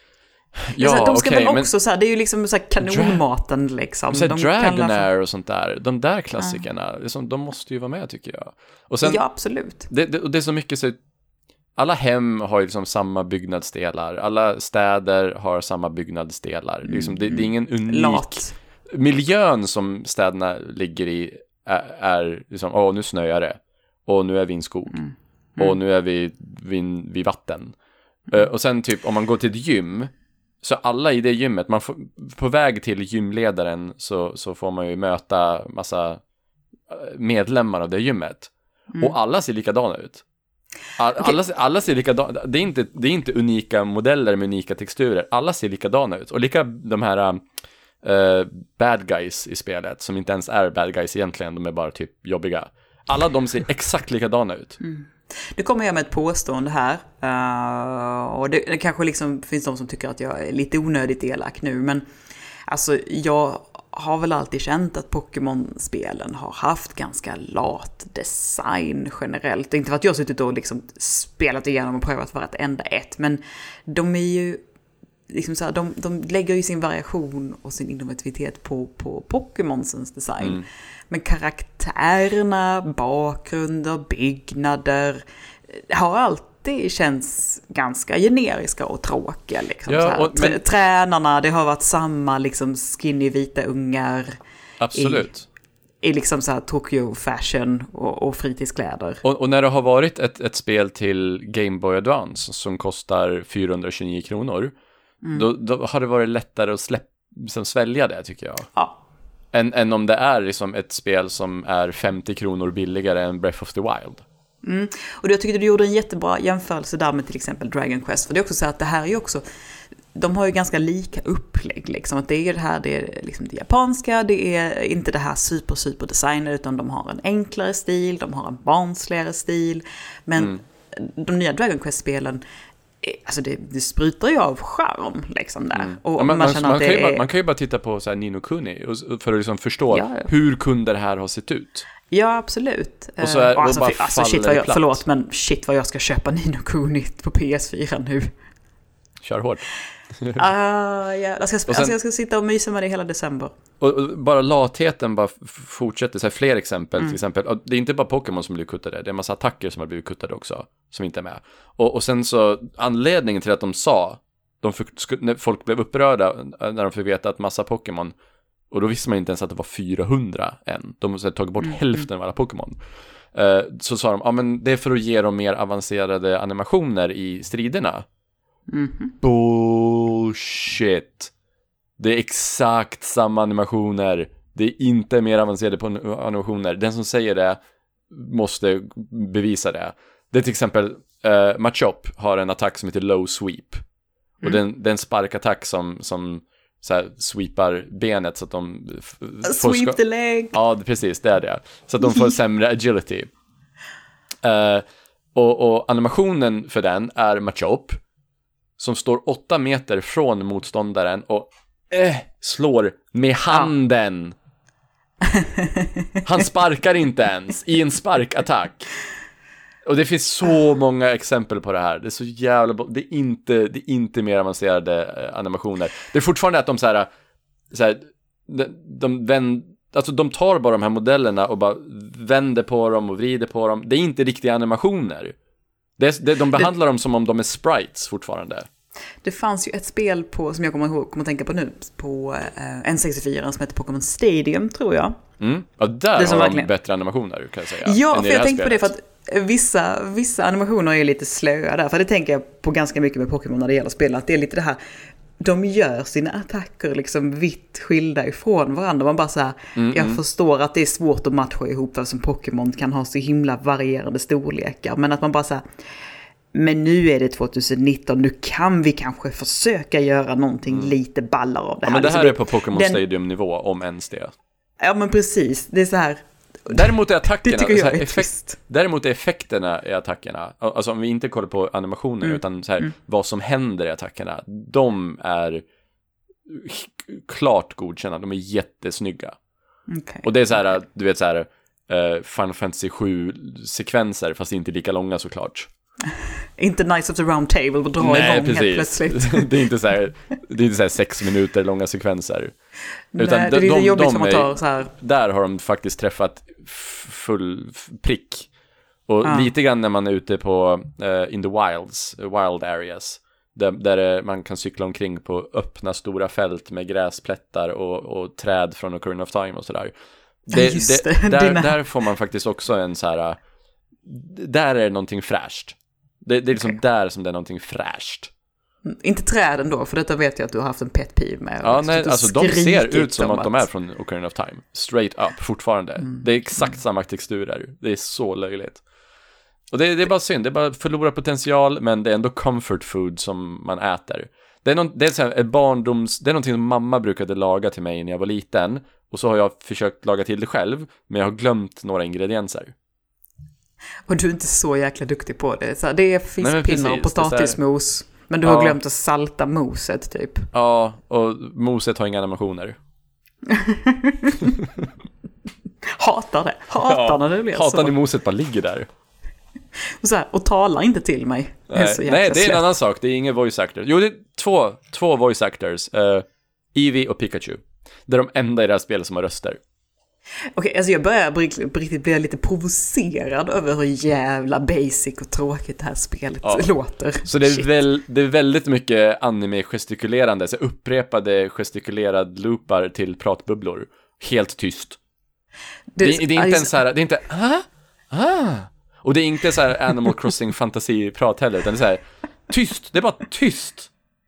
Ja, alltså, de ska okay, väl också men... så här, det är ju liksom så här kanonmaten Dra- liksom. Så de Dragonair och sånt där, de där klassikerna, ja. liksom, de måste ju vara med tycker jag. Och sen, ja, absolut. Det, det, och det är så mycket så alla hem har ju liksom samma byggnadsdelar, alla städer har samma byggnadsdelar. Mm. Liksom, det, det är ingen unik... Lat. Miljön som städerna ligger i är, är liksom, åh nu snöar det, och nu är vi i en skog, mm. Mm. och nu är vi vid, vid vatten. Mm. Uh, och sen typ, om man går till ett gym, så alla i det gymmet, man får, på väg till gymledaren så, så får man ju möta massa medlemmar av det gymmet. Mm. Och alla ser likadana ut. All, okay. alla, alla ser likadana. Det är inte, det är inte unika modeller med unika texturer. Alla ser likadana ut. Och lika de här uh, bad guys i spelet, som inte ens är bad guys egentligen, de är bara typ jobbiga. Alla de ser exakt likadana ut. Mm. Nu kommer jag med ett påstående här. Uh, och det, det kanske liksom finns de som tycker att jag är lite onödigt elak nu. Men alltså jag har väl alltid känt att Pokémon-spelen har haft ganska lat design generellt. Inte för att jag har suttit och liksom spelat igenom och prövat vartenda ett. Men de är ju liksom så här, de, de lägger ju sin variation och sin innovativitet på, på Pokémonsens design. Mm. Men karaktärerna, bakgrunder, byggnader har alltid känts ganska generiska och tråkiga. Liksom, ja, så här. Och, men... Tränarna, det har varit samma liksom, skinny vita ungar. Absolut. I, i liksom så här Tokyo fashion och, och fritidskläder. Och, och när det har varit ett, ett spel till Game Boy Advance som kostar fyrahundratjugonio kronor, mm. då, då har det varit lättare att släppa liksom svälja det, tycker jag. Ja. Än, än om det är liksom ett spel som är femtio kronor billigare än Breath of the Wild. Mm. Och jag tycker du gjorde en jättebra jämförelse där med till exempel Dragon Quest. För det är också så att det här är ju också, de har ju ganska lika upplägg liksom. Att det är det här, det är liksom det japanska, det är inte det här super super designer, utan de har en enklare stil, de har en barnsligare stil. Men mm. de nya Dragon Quest-spelen, alltså det, det sprutar ju av charm liksom där. Mm. Och ja, man, man, man, man, att kan det ju bara, är... man kan ju bara titta på så här Ni no Kuni för att liksom förstå ja, ja. hur kunde det här ha sett ut. Ja, absolut. Och så är, och alltså, bara för, alltså shit vad jag, platt. förlåt, men shit vad jag ska köpa Ni no Kuni på P S fyra nu. Kör hårt. uh, ja. jag, ska, sen, alltså jag ska sitta och mysa med det hela december. Och, och bara latheten bara fortsätter, så här, fler exempel mm. till exempel. Och det är inte bara Pokémon som blir kuttade, det är en massa attacker som har blivit kuttade också, som inte är med. Och, och sen så, anledningen till att de sa, de fick, när folk blev upprörda när de fick veta att massa Pokémon, och då visste man inte ens att det var fyrahundra än. De har tagit bort mm. hälften av alla Pokémon. Uh, så sa de, ja ah, men det är för att ge dem mer avancerade animationer i striderna. Mm-hmm. Bullshit. Det är exakt samma animationer. Det är inte mer avancerade på animationer. Den som säger det måste bevisa det. Det är till exempel uh, Machop har en attack som heter Low Sweep. Mm. Och den, den sparkattack som, som så här, sweepar benet så att de f- får sweep ska- the leg. Ja, det, precis, det är det. Så att de får sämre agility. Uh, och, och animationen för den är Machop som står åtta meter från motståndaren och eh, slår med handen. Ja. Han sparkar inte ens i en sparkattack. Och det finns så många exempel på det här. Det är så jävla... Det är inte, det är inte mer avancerade animationer. Det är fortfarande att de så här... Så här de, de, vänd, alltså de tar bara de här modellerna och bara vänder på dem och vrider på dem. Det är inte riktiga animationer. Det är, det, de behandlar det, dem som om de är sprites fortfarande. Det fanns ju ett spel på, som jag kommer, ihåg, kommer att tänka på nu, på eh, N sextiofyra som heter Pokémon Stadium, tror jag. Mm. Ja, där det har verkligen... de bättre animationer, kan jag säga. Ja, för jag tänkte på det för att vissa, vissa animationer är lite slöa där. För det tänker jag på ganska mycket med Pokémon när det gäller spel. Att det är lite det här, de gör sina attacker liksom vitt skilda ifrån varandra. Man bara så här, mm, jag mm. förstår att det är svårt att matcha ihop eftersom Pokémon kan ha så himla varierande storlekar. Men att man bara så här, men nu är det tjugonitton, nu kan vi kanske försöka göra någonting mm. lite ballar av det här. Ja, men det här liksom, är på Pokémon den... Stadium-nivå, om ens det. Ja, men precis. Det är så här... Däremot är attackerna... Det tycker jag är effekt, däremot är effekterna i attackerna, alltså om vi inte kollar på animationen mm. utan så här, mm. vad som händer i attackerna, de är klart godkända. De är jättesnygga. Okay. Och det är så här, du vet så här, uh, Final Fantasy sju-sekvenser, fast inte lika långa såklart. Inte Knights of the Round Table och dra Nej, igång helt plötsligt. Det är inte så här, det är inte så här sex minuter långa sekvenser. Nej, utan det är lite de, jobbigt de, de är, tar så här. Där har de faktiskt träffat full prick. Och ah. lite grann när man är ute på uh, in the wilds, wild areas, där, där man kan cykla omkring på öppna stora fält med gräsplättar och, och träd från Ocarina of Time och sådär. Det, Just det, det, där, dina... där får man faktiskt också en så här, där är det någonting fräscht. Det, det är liksom okay. där som det är någonting fräscht. Inte träden då, för detta vet jag att du har haft en pet peeve med. Ja, nej, alltså de ser ut som att, att de är från Ocarina of Time. Straight up, fortfarande. Mm. Det är exakt mm. samma texturer. Det är så löjligt. Och det, det är bara synd, det är bara förlora potential, men det är ändå comfort food som man äter. Det är, någon, det är, så här, ett barndoms, det är någonting som mamma brukade laga till mig när jag var liten. Och så har jag försökt laga till det själv, men jag har glömt några ingredienser. Och du är inte så jäkla duktig på det. Så det är fiskpinnar och potatismos. Men du har ja. glömt att salta moset typ. Ja, och moset har inga animationer. Hatar det. Hatar ja, när det blir hatar så. Hatar när moset bara ligger där. Och, så här, och talar inte till mig. Nej, det är, så nej, det är en annan sak. Det är ingen voice actor. Jo, det är två, två voice actors. Uh, Eevee och Pikachu. Det är de enda i det här spelet som har röster. Okej, okay, alltså jag börjar på riktigt bli lite provocerad över hur jävla basic och tråkigt det här spelet ja. låter. Så det är, väl, det är väldigt mycket anime-gestikulerande, så upprepade gestikulerad loopar till pratbubblor. Helt tyst. Det, det, det är inte en så här, det är inte ah, ah. Och det är inte så här Animal Crossing fantasi-prat heller, utan det är så här tyst, det är bara tyst.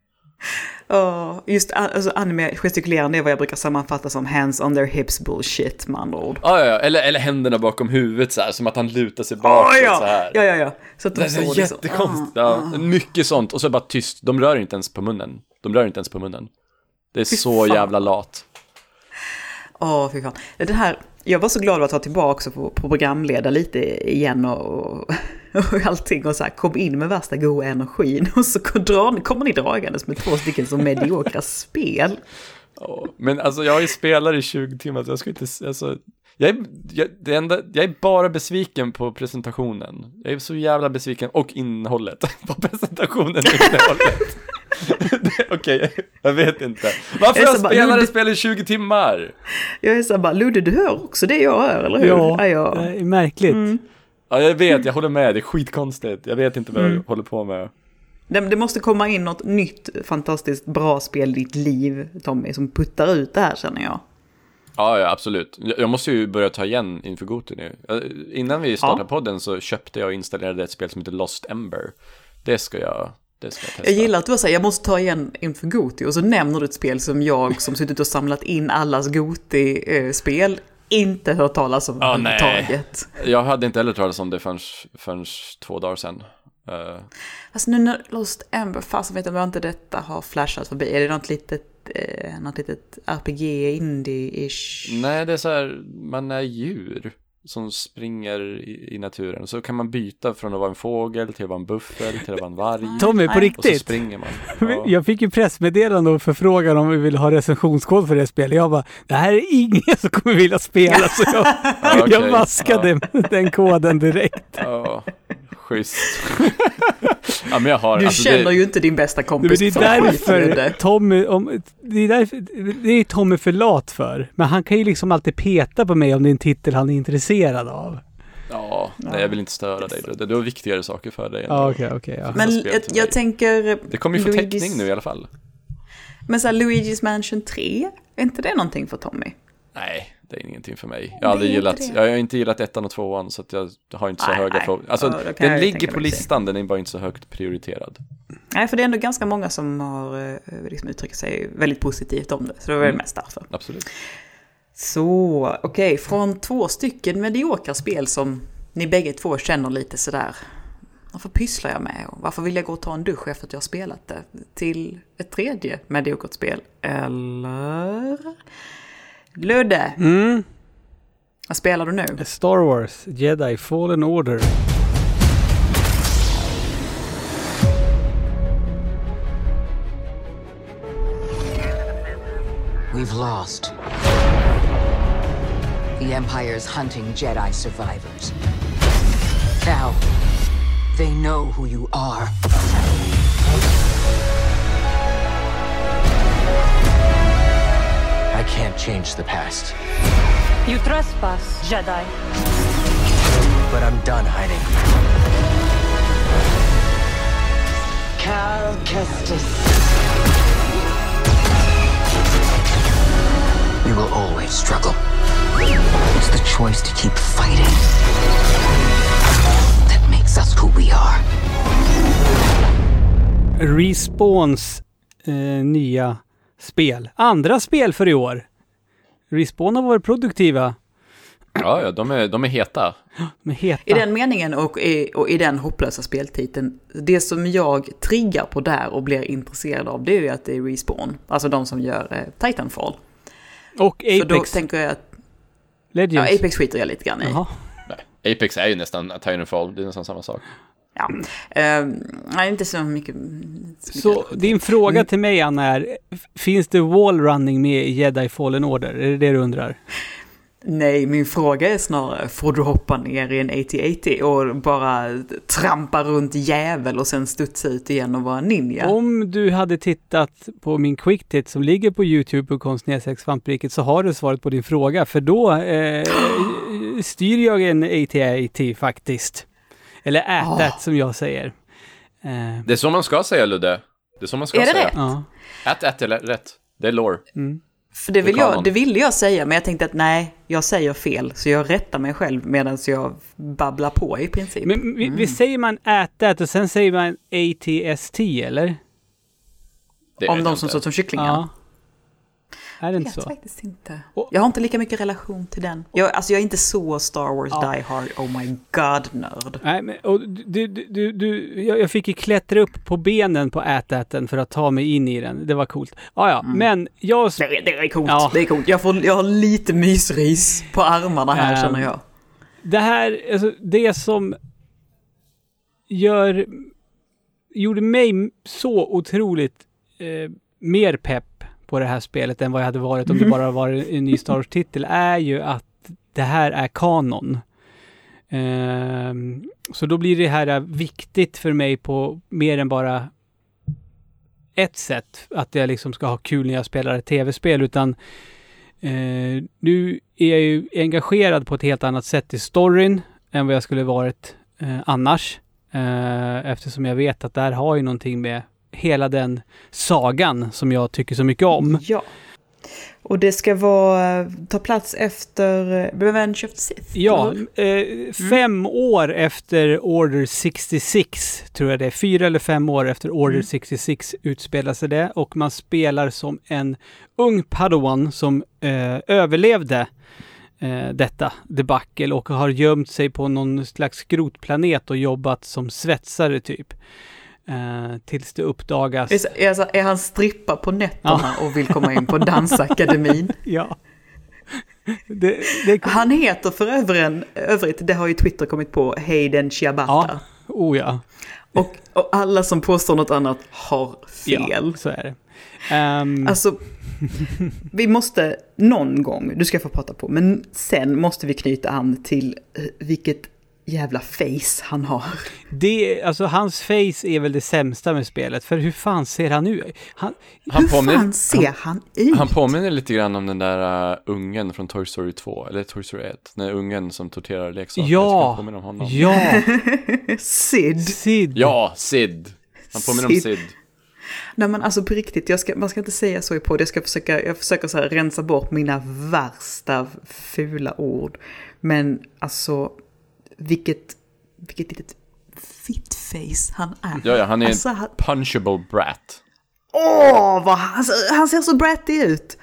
Oh, just alltså, anime-gestikulerande är vad jag brukar sammanfatta som hands on their hips bullshit, med andra ord. Ah, ja, ja. Eller, eller händerna bakom huvudet så här, som att han lutar sig bakåt oh, ja. så här. Ja, ja, ja. Så att de det är jättekonstigt. Ja, mycket sånt. Och så bara tyst. De rör inte ens på munnen. De rör inte ens på munnen. Det är fy så fan. Jävla lat. Åh, oh, fy fan. Det här, jag var så glad att ta tillbaka på, på programleda lite igen och, och allting och så här, kom in med värsta goda energin och så kommer ni dragandes med två stycken som mediokra spel. Oh, men alltså jag är spelare i tjugo timmar så jag ska inte, alltså jag är, jag, det enda, jag är bara besviken på presentationen. Jag är så jävla besviken och innehållet på presentationen och innehållet. Okej, okay, jag vet inte. Varför jag, jag spelar ett spel i tjugo timmar? Jag är så bara, Ludde, du hör också det jag hör, eller hur? Ja, ja jag... det är märkligt. Mm. Ja, jag vet, jag håller med. Det är skitkonstigt. Jag vet inte vad mm. jag håller på med. Det, det måste komma in något nytt, fantastiskt bra spel i ditt liv, Tommy, som puttar ut det här, känner jag. Ja, ja, absolut. Jag måste ju börja ta igen inför Goti nu. Innan vi startade ja. podden så köpte jag och installerade ett spel som heter Lost Ember. Det ska jag... Jag, jag gillar att du säger jag måste ta igen inför Goti och så nämner du ett spel som jag som suttit och samlat in allas Goti-spel inte hört talas om oh, överhuvudtaget. Jag hade inte heller talas om det förrän, förrän två dagar sedan. Uh. Alltså nu när Lost Ember, fast vet jag inte detta har flashat förbi. Är det något litet, eh, något litet R P G, indie-ish? Nej, det är så här, man är djur som springer i, i naturen. Så kan man byta från att vara en fågel till att vara en buffel till att vara en varg. Tommy, på riktigt? Och så springer man. Ja. Jag fick ju pressmeddelande och förfrågan om vi vill ha recensionskod för det spelet. Jag bara, det här är ingen som kommer vilja spela. Så jag, ja, okay. jag vaskade ja. den koden direkt. Ja, schysst. Ja, men jag har, du alltså, känner det... ju inte din bästa kompis. Det är därför Tommy, om, det är därför, det är Tommy för lat för. Men han kan ju liksom alltid peta på mig om det är en titel han är intresserad av. Ja, nej, jag vill inte störa dig. Det är viktigare saker för dig. Ja, okej, okej. Ja. Men jag, jag tänker... Det kommer ju få Luigi's... teckning nu i alla fall. Men så här, Luigi's Mansion tre, är inte det någonting för Tommy? Nej, det är ingenting för mig. Jag har aldrig gillat, jag har inte gillat ettan och tvåan så att jag har inte så nej, höga frågor. Alltså, oh, den ligger på listan, den är bara inte så högt prioriterad. Nej, för det är ändå ganska många som har liksom uttryckt sig väldigt positivt om det. Så det var mm. mest därför. Absolut. Så, okej. Okay, från två stycken mediokra spel som ni bägge två känner lite sådär. Varför pysslar jag med? Och varför vill jag gå och ta en dusch efter att jag har spelat det? Till ett tredje mediokert spel. Eller... Ludde. Mm. Vad spelar du nu? Star Wars Jedi Fallen Order. We've lost. The Empire's hunting Jedi survivors. Now, they know who you are. I can't change the past. You trespass, Jedi. But I'm done hiding. Cal Kestis. We will always struggle. It's the choice to keep fighting that makes us who we are. Respawns eh, nya spel. Andra spel för i år. Respawn har varit produktiva. Ja, ja de, är, de är heta. De är heta. I den meningen och i, och i den hopplösa speltiteln, det som jag triggar på där och blir intresserad av, det är ju att det är Respawn. Alltså de som gör eh, Titanfall. Och Apex. Så då tänker jag att... Legends. Ja, Apex skiter jag lite grann i. Jaha. Nej, Apex är ju nästan Titanfall, det är nästan samma sak. Ja, uh, nej, inte så mycket. Så mycket din fråga mm. till mig, Anna, är: finns det wallrunning med i Jedi Fallen Order? Är det det du undrar? Nej, min fråga är snarare: får du hoppa ner i en åttio åttio och bara trampa runt jävel och sen studsa ut igen och vara ninja? Om du hade tittat på min quick tit som ligger på YouTube på Konstnärssex Svampriket, så har du svaret på din fråga. För då eh, styr jag en åttio åttio faktiskt. Eller ätat oh. som jag säger. Det är så man ska säga, Ludde. Det är så man ska är det säga. Rätt? Ja. Ät, ät är rätt. Det är lore. Mm. För det vill, jag, det vill jag säga, men jag tänkte att nej, jag säger fel. Så jag rättar mig själv medan jag babblar på i princip. Men vi, mm. vi säger man ätat och sen säger man A T S T, eller? Det Om vet de jag som inte. såg ut som kycklingar. Ja. Är det Jag inte vet så? faktiskt inte. Och- Jag har inte lika mycket relation till den. Jag, alltså jag är inte så Star Wars Ja. die hard, oh my god-nörd. Nej, men, och du, du, du, du, jag, jag fick ju klättra upp på benen på ätäten för att ta mig in i den. Det var coolt. Ah, ja, Mm. men jag... Det är, det är coolt. Ja. Det är coolt. Jag, får, jag har lite mysris på armarna här Ehm, känner jag. Det här, alltså det som gör... gjorde mig så otroligt eh, mer pepp på det här spelet än vad jag hade varit om det bara var en ny Star Wars-titel är ju att det här är kanon. Ehm, så då blir det här viktigt för mig på mer än bara ett sätt. Att jag liksom ska ha kul när jag spelar ett tv-spel, utan eh, nu är jag ju engagerad på ett helt annat sätt i storyn än vad jag skulle varit eh, annars. Eh, eftersom jag vet att det här har ju någonting med hela den sagan som jag tycker så mycket om. Ja. Och det ska vara, ta plats efter Revenge of the Sith. Ja, eller? eh, fem år efter Order sextiosex tror jag det är. Fyra eller fem år efter Order Mm. sextiosex utspelar sig det. Och man spelar som en ung Padawan som eh, överlevde eh, detta debacle och har gömt sig på någon slags skrotplanet och jobbat som svetsare typ. Uh, tills det uppdagas. Är, är, alltså, är han strippa på nätterna och vill komma in på dansakademin? Ja. det, det... Han heter för övrigt, övrigt, det har ju Twitter kommit på, Hayden Ciabatta. Ja, oh ja. Och, och alla som påstår något annat har fel. Ja, så är det. Um... Alltså, vi måste någon gång, du ska få prata på, men sen måste vi knyta an till uh, vilket jävla face han har. Det, alltså hans face är väl det sämsta med spelet. För hur fan ser han ut? Han, Han hur påminner- fan ser han, han ut? Han påminner lite grann om den där uh, ungen från Toy Story två, eller Toy Story ett. Den där ungen som torterar leksaker. Ja. Ska jag påminna om honom? ja, Sid. Sid. Ja, Sid. Han påminner om Sid. Sid. Nej men alltså på riktigt, jag ska, man ska inte säga så i podd. Jag ska försöka, jag försöker så här rensa bort mina värsta fula ord. Men alltså, vilket, vilket litet fitface han är. Ja, ja, han är alltså, en han, punchable brat. åh, vad han, alltså, han ser så bratty ut.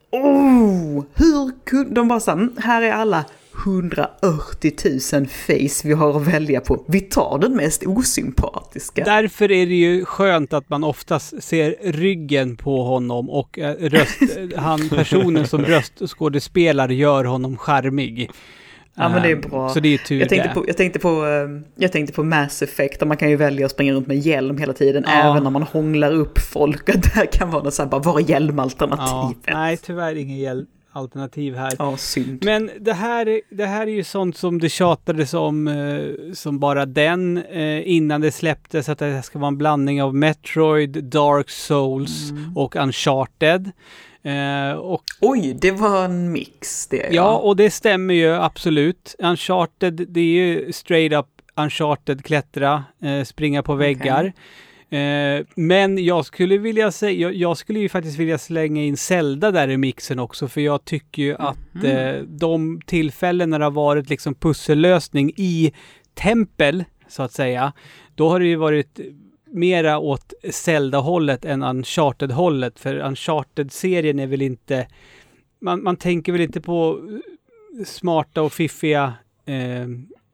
Åh, hur kunde de bara säga, här är alla hundraåttio tusen face vi har att välja på. Vi tar den mest osympatiska. Därför är det ju skönt att man oftast ser ryggen på honom och äh, röst, han, personen som röstskådespelar gör honom charmig. Ja, men det är Um, bra. Så det är tur Jag tänkte, det. på, jag, tänkte på, eh, jag tänkte på Mass Effect, där man kan ju välja att springa runt med hjälm hela tiden, Ja. även när man hånglar upp folk. Och där kan vara så här, bara vara Ja, hjälmalternativet. nej, tyvärr ingen hjälp. Alternativ här. Ja, synd. Men det här, är- det här är ju sånt som det tjatades om eh, som bara den eh, innan det släpptes, att det ska vara en blandning av Metroid, Dark Souls Mm. och Uncharted. Eh, och Oj, det var en mix det. ja, och det stämmer ju absolut. Uncharted, det är ju straight up Uncharted, klättra, eh, springa på väggar. Eh, men jag skulle vilja säga, jag, jag skulle ju faktiskt vilja slänga in Zelda där i mixen också, för jag tycker ju att eh, de tillfällen när det har varit liksom pussellösning i tempel, så att säga, då har det ju varit mera åt Zelda-hållet än Uncharted-hållet, för Uncharted-serien är väl inte, man, man tänker väl inte på smarta och fiffiga eh,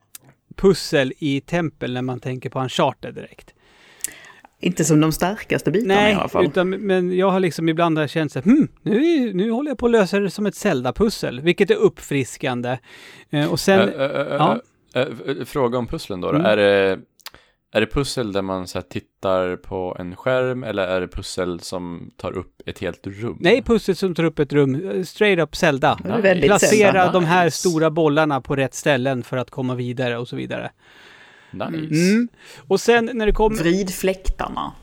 pussel i tempel när man tänker på Uncharted direkt. Inte som de starkaste bitarna Nej, i alla fall. utan, men jag har liksom ibland har känt så här, hm, nu, nu håller jag på att lösa det som ett Zelda-pussel, vilket är uppfriskande. Eh, och sen, Ä- ä- ä- ja. ä- ä- Fråga om pusslen då. då. Mm. Är, det, är det pussel där man så här, tittar på en skärm, eller är det pussel som tar upp ett helt rum? nej, pussel som tar upp ett rum, eh, straight up Zelda. Det är väldigt Placera Zelda. de här Nice. stora bollarna på rätt ställen för att komma vidare och så vidare. Nice. Mm. Och sen när det kommer... Vrid fläktarna.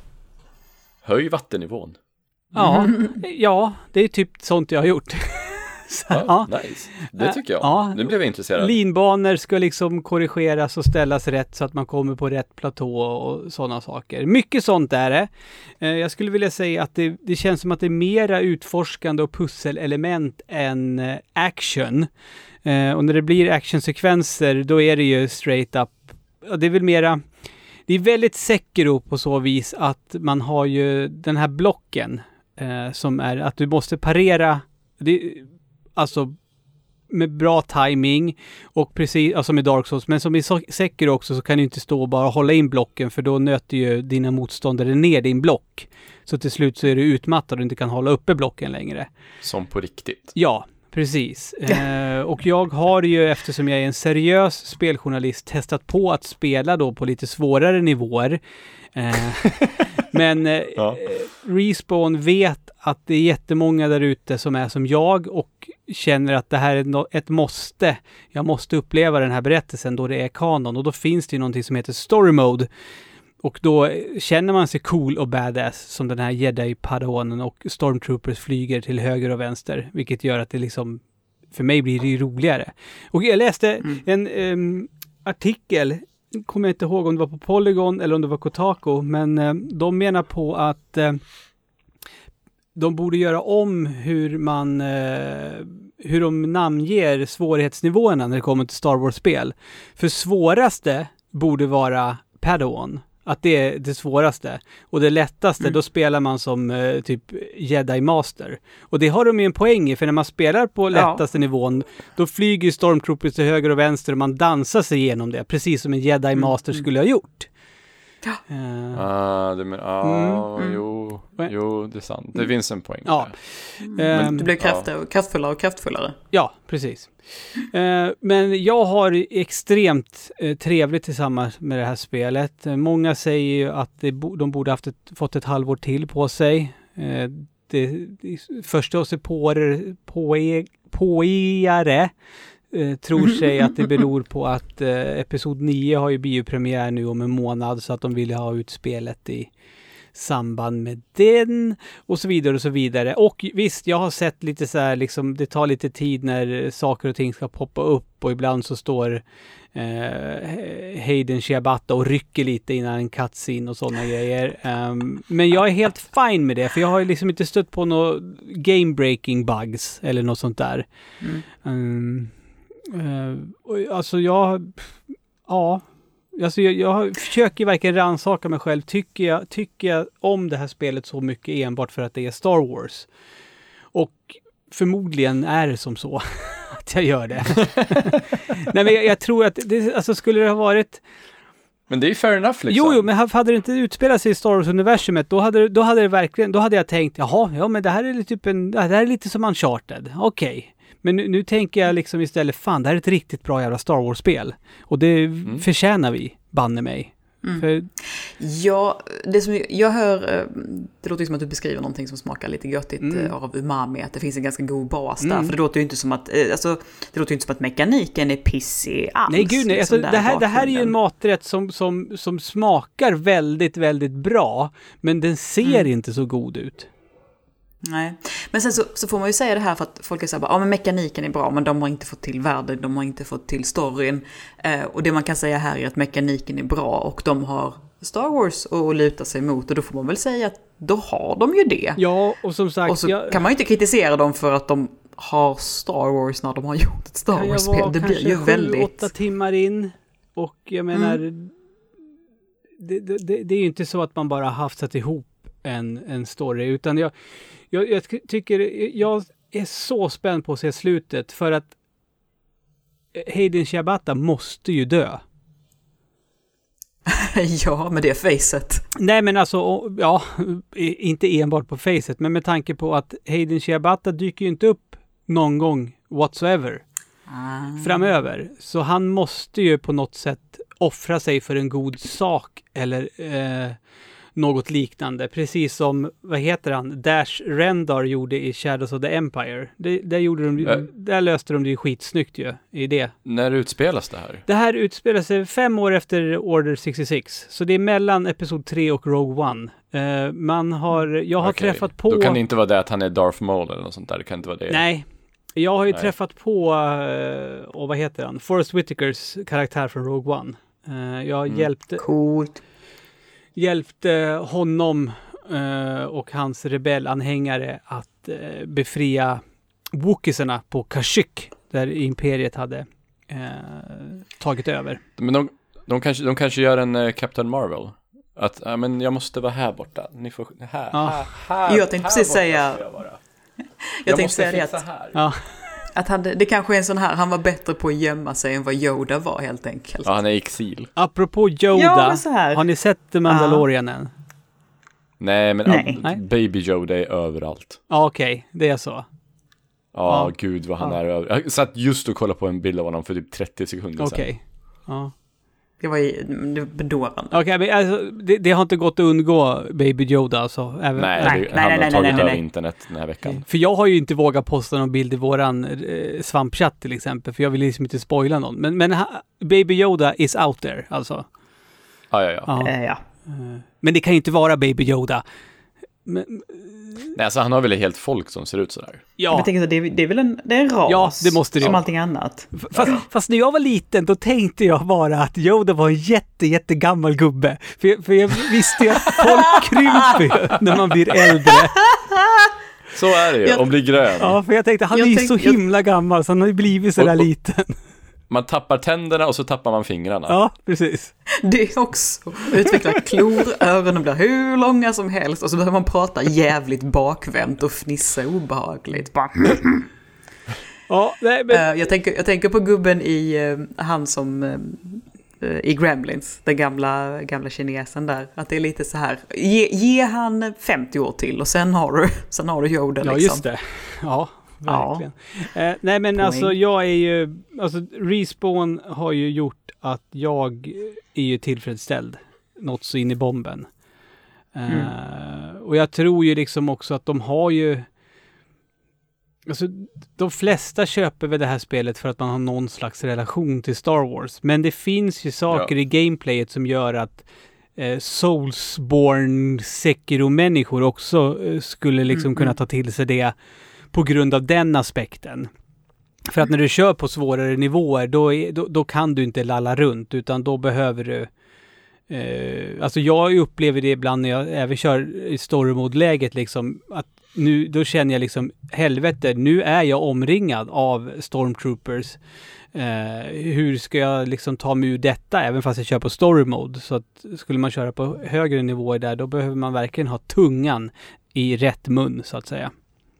Höj vattennivån. Ja, ja, det är typ sånt jag har gjort. Så, Ja, ja. nice. Det tycker jag. Ja. Nu blev jag intresserad. Linbanor ska liksom korrigeras och ställas rätt så att man kommer på rätt platå och sådana saker. Mycket sånt är det. Eh, Jag skulle vilja säga att det, det känns som att det är mera utforskande och pusselelement än eh, action. Eh, Och när det blir actionsekvenser, då är det ju straight up. Ja, det är väl mera... det är väldigt Sekiro på så vis att man har ju den här blocken eh, som är att du måste parera det, alltså med bra timing och precis, alltså med Dark Souls, men som i Sekiro också så kan du inte stå och bara hålla in blocken för då nöter ju dina motståndare ner din block. Så till slut så är du utmattad och inte kan hålla uppe blocken längre. Som på riktigt. Ja, precis. eh, och jag har ju, eftersom jag är en seriös speljournalist, testat på att spela då på lite svårare nivåer. Eh, men eh, ja. Respawn vet att det är jättemånga där ute som är som jag och känner att det här är no- ett måste. Jag måste uppleva den här berättelsen då det är kanon. Och då finns det ju någonting som heter story mode. Och då känner man sig cool och badass som den här Jedi-padawanen och Stormtroopers flyger till höger och vänster. Vilket gör att det liksom, för mig blir det ju roligare. Och jag läste mm. en um, artikel, kommer jag inte ihåg om det var på Polygon eller om det var Kotaku, men uh, de menar på att uh, de borde göra om hur man uh, hur de namnger svårighetsnivåerna när det kommer till Star Wars-spel. För svåraste borde vara Padawan. Att det är det svåraste. Och det lättaste, mm. då spelar man som uh, typ Jedi Master. Och det har de ju en poäng i, för när man spelar på lättaste ja. nivån, då flyger Stormtroopers till höger och vänster och man dansar sig igenom det. Precis som en Jedi Master mm. skulle ha gjort. Ja. Uh, ah, det men, ah, mm. jo, jo, det är sant. Det finns en poäng. Ja. Men, du blir kraft, ja. kraftfullare och kraftfullare. Ja, precis. Uh, men jag har extremt uh, trevligt tillsammans med det här spelet. Uh, många säger ju att det bo- de borde haft ett, fått ett halvår till på sig. Uh, det, det första oss på på påare Uh, tror sig att det beror på att uh, episod nio har ju biopremiär nu om en månad, så att de ville ha ut spelet i samband med den och så vidare och så vidare. Och visst, jag har sett lite så här, liksom, det tar lite tid när saker och ting ska poppa upp och ibland så står uh, Hayden Ciabatta och rycker lite innan en cutscene och sådana grejer. Um, men jag är helt fine med det, för jag har ju liksom inte stött på några game-breaking bugs eller något sånt där. Mm. Um, Uh, alltså jag ja alltså jag, jag försöker verkligen rannsaka mig själv. Tycker jag, tycker jag om det här spelet så mycket enbart för att det är Star Wars? Och förmodligen är det som så att jag gör det. Nej, men jag, jag tror att det, alltså skulle det ha varit, men det är ju fair enough liksom. Jo, jo, men hade det inte utspelat sig i Star Wars-universumet, då hade, då hade det verkligen, då hade jag tänkt, jaha, ja men det här är typ en, det här är lite som Uncharted. Okej. Okay. Men nu, nu tänker jag liksom istället, fan, det här är ett riktigt bra jävla Star Wars-spel. Och det mm. förtjänar vi, banne mig. Mm. För... Ja, det som jag hör, det låter som att du beskriver någonting som smakar lite göttigt mm. av umami, att det finns en ganska god bas där. Mm. För det låter ju inte som att, alltså, det låter ju inte som att mekaniken är pissig alls. Nej, gud nej. Liksom alltså, det, här, det här är ju en maträtt som, som, som smakar väldigt, väldigt bra. Men den ser mm. inte så god ut. Nej, men sen så, så får man ju säga det här för att folk är så här, ja men mekaniken är bra men de har inte fått till världen, de har inte fått till storyn. Eh, och det man kan säga här är att mekaniken är bra och de har Star Wars att luta sig mot, och då får man väl säga att då har de ju det. Ja, och som sagt... Och så jag... kan man ju inte kritisera dem för att de har Star Wars när de har gjort ett Star Wars-spel. Det blir ju väldigt... åtta timmar in och jag menar... Mm. Det, det, det är ju inte så att man bara har hafsat ihop en, en story, utan jag... Jag, jag tycker, jag är så spänd på att se slutet, för att Hayden Ciabatta måste ju dö. Ja, med det facet. Nej, men alltså, ja, inte enbart på facet, men med tanke på att Hayden Ciabatta dyker ju inte upp någon gång whatsoever ah. framöver. Så han måste ju på något sätt offra sig för en god sak, eller... Eh, något liknande, precis som, vad heter han, Dash Rendar gjorde i Shadows of the Empire. Det, där, gjorde de, äh. där löste de det ju skitsnyggt ju, i det. När utspelas det här? Det här utspelar sig fem år efter Order sextiosex, så det är mellan episod tre och Rogue One. Uh, man har, jag har okay. träffat på... Då kan det inte vara det att han är Darth Maul eller något sånt där, det kan inte vara det. Nej, jag har ju Nej. träffat på, uh, och vad heter han, Forrest Whitakers karaktär från Rogue One. Uh, jag mm. hjälpte... Coolt. hjälpte honom uh, och hans rebellanhängare att uh, befria Wookieserna på Kashyyyk, där imperiet hade uh, tagit över. Men de, De kanske, de kanske gör en uh, Captain Marvel. Att, ja, men jag måste vara här borta. Ni får, här, Ja. här, här. Jag tänkte här precis borta säga- ska jag vara. Jag, Jag tänkte måste säga det fixa att, här. Ja. att han, det kanske är en sån här, han var bättre på att gömma sig än vad Yoda var helt enkelt. Ja, han är i exil. Apropå Yoda, Ja, men så här. har ni sett The Mandalorian än? Nej, men Nej. all, Baby Yoda är överallt. Ja, okej. Det är så. Ja, Ja. gud vad han Ja. är över. Jag satt just och kollade på en bild av honom för typ trettio sekunder Okej. sedan. Ja. Det var ju det var bedårande. Okej, men alltså, det, det har inte gått att undgå Baby Yoda alltså. Även, Nej, Nej, det, nej, han nej, har nej, tagit nej, nej, över nej. internet den här veckan. För jag har ju inte vågat posta någon bild i våran eh, svampchatt till exempel. För jag vill liksom inte spoila någon. Men, men ha, Baby Yoda is out there alltså. Ja, ja, ja. Ja. Eh, ja. Eh, Men det kan ju inte vara Baby Yoda. Men, Nej, alltså han har väl ett helt folk som ser ut sådär. ja. Jag tänker så, det, är, det är väl en, det är en ras Ja, det måste det som vara. allting annat. Fast, fast när jag var liten då tänkte jag bara att Yoda var en jätte, jättegammal gubbe. För, jag- för jag visste ju att folk krymper ju när man blir äldre. Så är det ju, Jag- om blir grön. Ja, för jag tänkte han Jag är ju tänk- så jag- himla gammal så han har ju blivit så där Och- och- liten. Man tappar tänderna och så tappar man fingrarna. Ja, precis. Det är också utveckla klor, öronen blir hur långa som helst och så behöver man prata jävligt bakvänt och fnissa obehagligt. Bara. Ja, nej, men... Eh, jag, tänker, jag tänker på gubben i eh, han som eh, i Gremlins, den gamla, gamla kinesen där. Att det är lite så här, ge, ge han femtio år till och sen har du, sen har du Yoda Ja, liksom. just det. Ja, verkligen. Eh, nej, men Poäng. alltså jag är ju... Alltså Respawn har ju gjort att jag är ju tillfredsställd. Något så in i bomben. Eh, och jag tror ju liksom också att de har ju... Alltså, de flesta köper väl det här spelet för att man har någon slags relation till Star Wars. Men det finns ju saker Ja. i gameplayet som gör att eh, Soulsborne Sekiro-människor också eh, skulle liksom Mm, kunna mm. ta till sig det på grund av den aspekten. För att när du kör på svårare nivåer då, är, då, då kan du inte lalla runt utan då behöver du eh, alltså jag upplever det ibland när jag även kör i story mode-läget liksom att nu, då känner jag liksom helvete, nu är jag omringad av stormtroopers. Eh, hur ska jag liksom ta mig ur detta även fast jag kör på story mode? Så att skulle man köra på högre nivåer där, då behöver man verkligen ha tungan i rätt mun så att säga.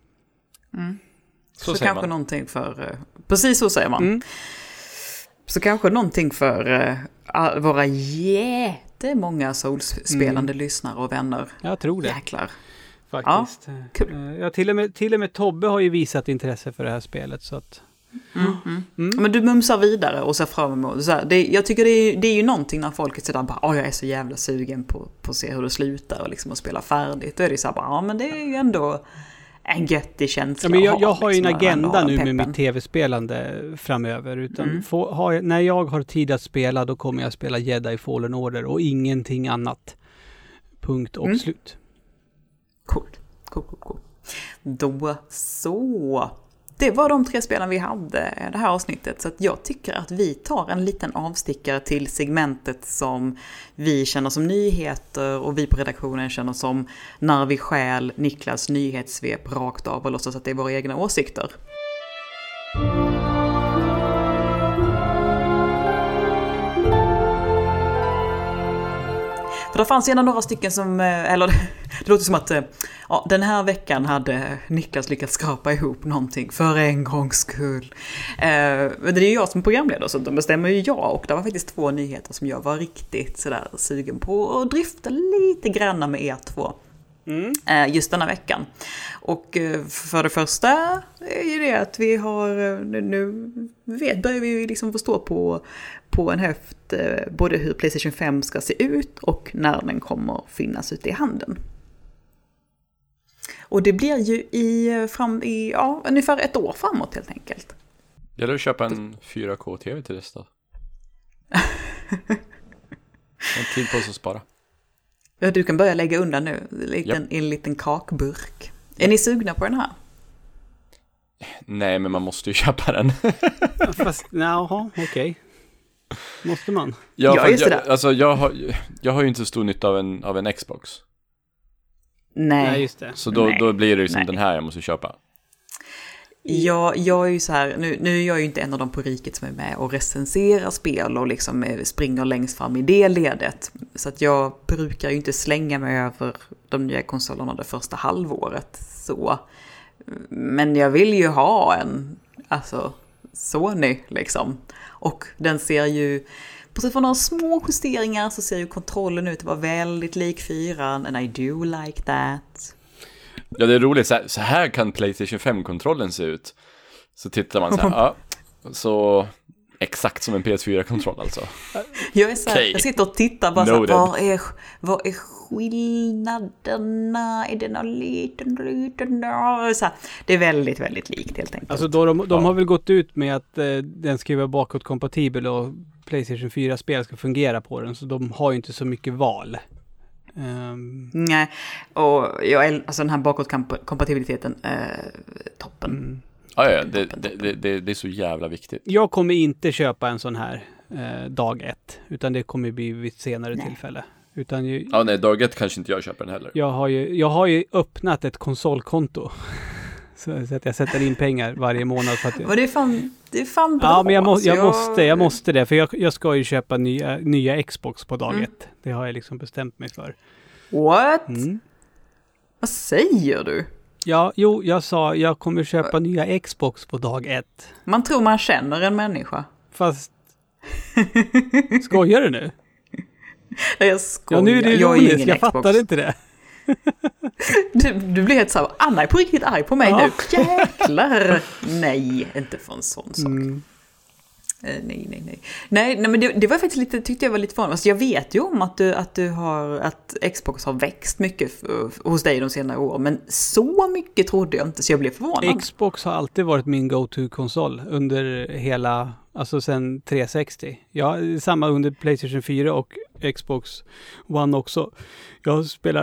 Så, Så säger kanske man. någonting för, eh, precis så säger man. Mm. Så kanske någonting för eh, all- våra jättemånga Souls-spelande lyssnare och vänner. Jag tror det. Jäklar. Faktiskt. kul. Eh, Ja, till och med, till och med Tobbe har ju visat intresse för det här spelet så att... Men du mumsar vidare och ser fram emot. Så här, det, jag tycker det är, det är ju någonting när folk är sådär bara, åh jag är så jävla sugen på, på att se hur det slutar och liksom att spela färdigt. Då är det så här bara, ja men det är ju ändå en göttig känsla. Ja, men jag, att jag ha, har ju en liksom, när man agenda har nu med peppen. mitt tv-spelande framöver. Utan Mm. få, har jag, när jag har tid att spela då kommer jag spela Jedi Fallen Order och ingenting annat. Punkt och Mm. slut. Coolt. Cool, cool, cool. Då så. Det var de tre spelen vi hade det här avsnittet. Så att jag tycker att vi tar en liten avstickare till segmentet som vi känner som nyheter och vi på redaktionen känner som när vi stjäl Niklas nyhetssvep rakt av och låtsas att det är våra egna åsikter. För det fanns gärna några stycken som, eh, eller det låter som att eh, ja, den här veckan hade Niklas lyckats skrapa ihop någonting för en gångs skull. Eh, men det är ju jag som programledare så de bestämmer ju jag och det var faktiskt två nyheter som jag var riktigt sådär sugen på att drifta lite granna med er två. Mm. Eh, just denna veckan. Och eh, för det första är ju det att vi har, eh, nu, nu vet, börjar vi ju liksom förstå på, på en höft eh, både hur PlayStation fem ska se ut och när den kommer finnas ute i handeln. Och det blir ju i, fram, i ja, ungefär ett år framåt helt enkelt. Jag vill köpa en fyra K-tv till dess då. En tid på oss att spara. Ja, du kan börja lägga undan nu en liten, Japp. en liten kakburk. Är ni sugna på den här? Nej, men man måste ju köpa den. Fast, jaha, okej. Måste man? Ja, Ja, för just jag, det. alltså, jag, har, jag har ju inte stor nytta av en, av en Xbox. Nej. Nej, just det. Så då, Nej. då blir det ju som Nej. den här jag måste köpa. Jag, jag är ju så här, nu, nu är jag ju inte en av dem på riket som är med och recenserar spel och liksom springer längst fram i det ledet. Så att jag brukar ju inte slänga mig över de nya konsolerna det första halvåret. Så. Men jag vill ju ha en, alltså Sony liksom. Och den ser ju, bortsett från några små justeringar så ser ju kontrollen ut att vara väldigt lik fyran. And I do like that. Ja, det är roligt. Så här, så här kan PlayStation fem-kontrollen se ut. Så tittar man så här, ja, så exakt som en P S fyra-kontroll alltså. Jag är så här, okay. Jag sitter och tittar bara så här, vad är, vad är skillnaderna? Är det någon liten, liten? Så här, det är väldigt, väldigt likt helt enkelt. Alltså då de, de ja. har väl gått ut med att eh, den ska vara bakåtkompatibel och PlayStation fyra-spel ska fungera på den. Så de har ju inte så mycket val. Um. Nej, och jag, alltså den här bakåtkompatibiliteten är toppen. Mm. Ja, ja, det, det, det, det är så jävla viktigt. Jag kommer inte köpa en sån här eh, dag ett, utan det kommer bli vid ett senare nej. tillfälle. Utan ju, ja, nej, dag ett kanske inte jag köper den heller. Jag har ju, jag har ju öppnat ett konsolkonto. Så, så att jag sätter in pengar varje månad. För att jag... Och det är fan, det är fan bra. Ja, men jag, må, jag, jag... måste, jag måste det. För jag, jag ska ju köpa nya, nya Xbox på dag mm. ett. Det har jag liksom bestämt mig för. What? Mm. Vad säger du? Ja, jo, jag sa jag kommer köpa nya Xbox på dag ett. Man tror man känner en människa. Fast... Skojar du nu? Nej, jag skojar. Ja, nu är det jag ironiskt. Jag fattar inte det. Du, du blir helt så här, Anna är på riktigt arg på mig ja. nu. Jäklar. Nej, inte för en sån sak. Mm. Uh, nej, nej, nej. Nej, nej men det, det var faktiskt lite, tyckte jag var lite förvånande. Alltså jag vet ju om att du, att du har, att Xbox har växt mycket f- hos dig de senare åren. Men så mycket trodde jag inte, så jag blev förvånad. Xbox har alltid varit min go-to-konsol under hela, alltså sen tre sextio. Ja, samma under PlayStation fyra och Xbox One också. Jag spelar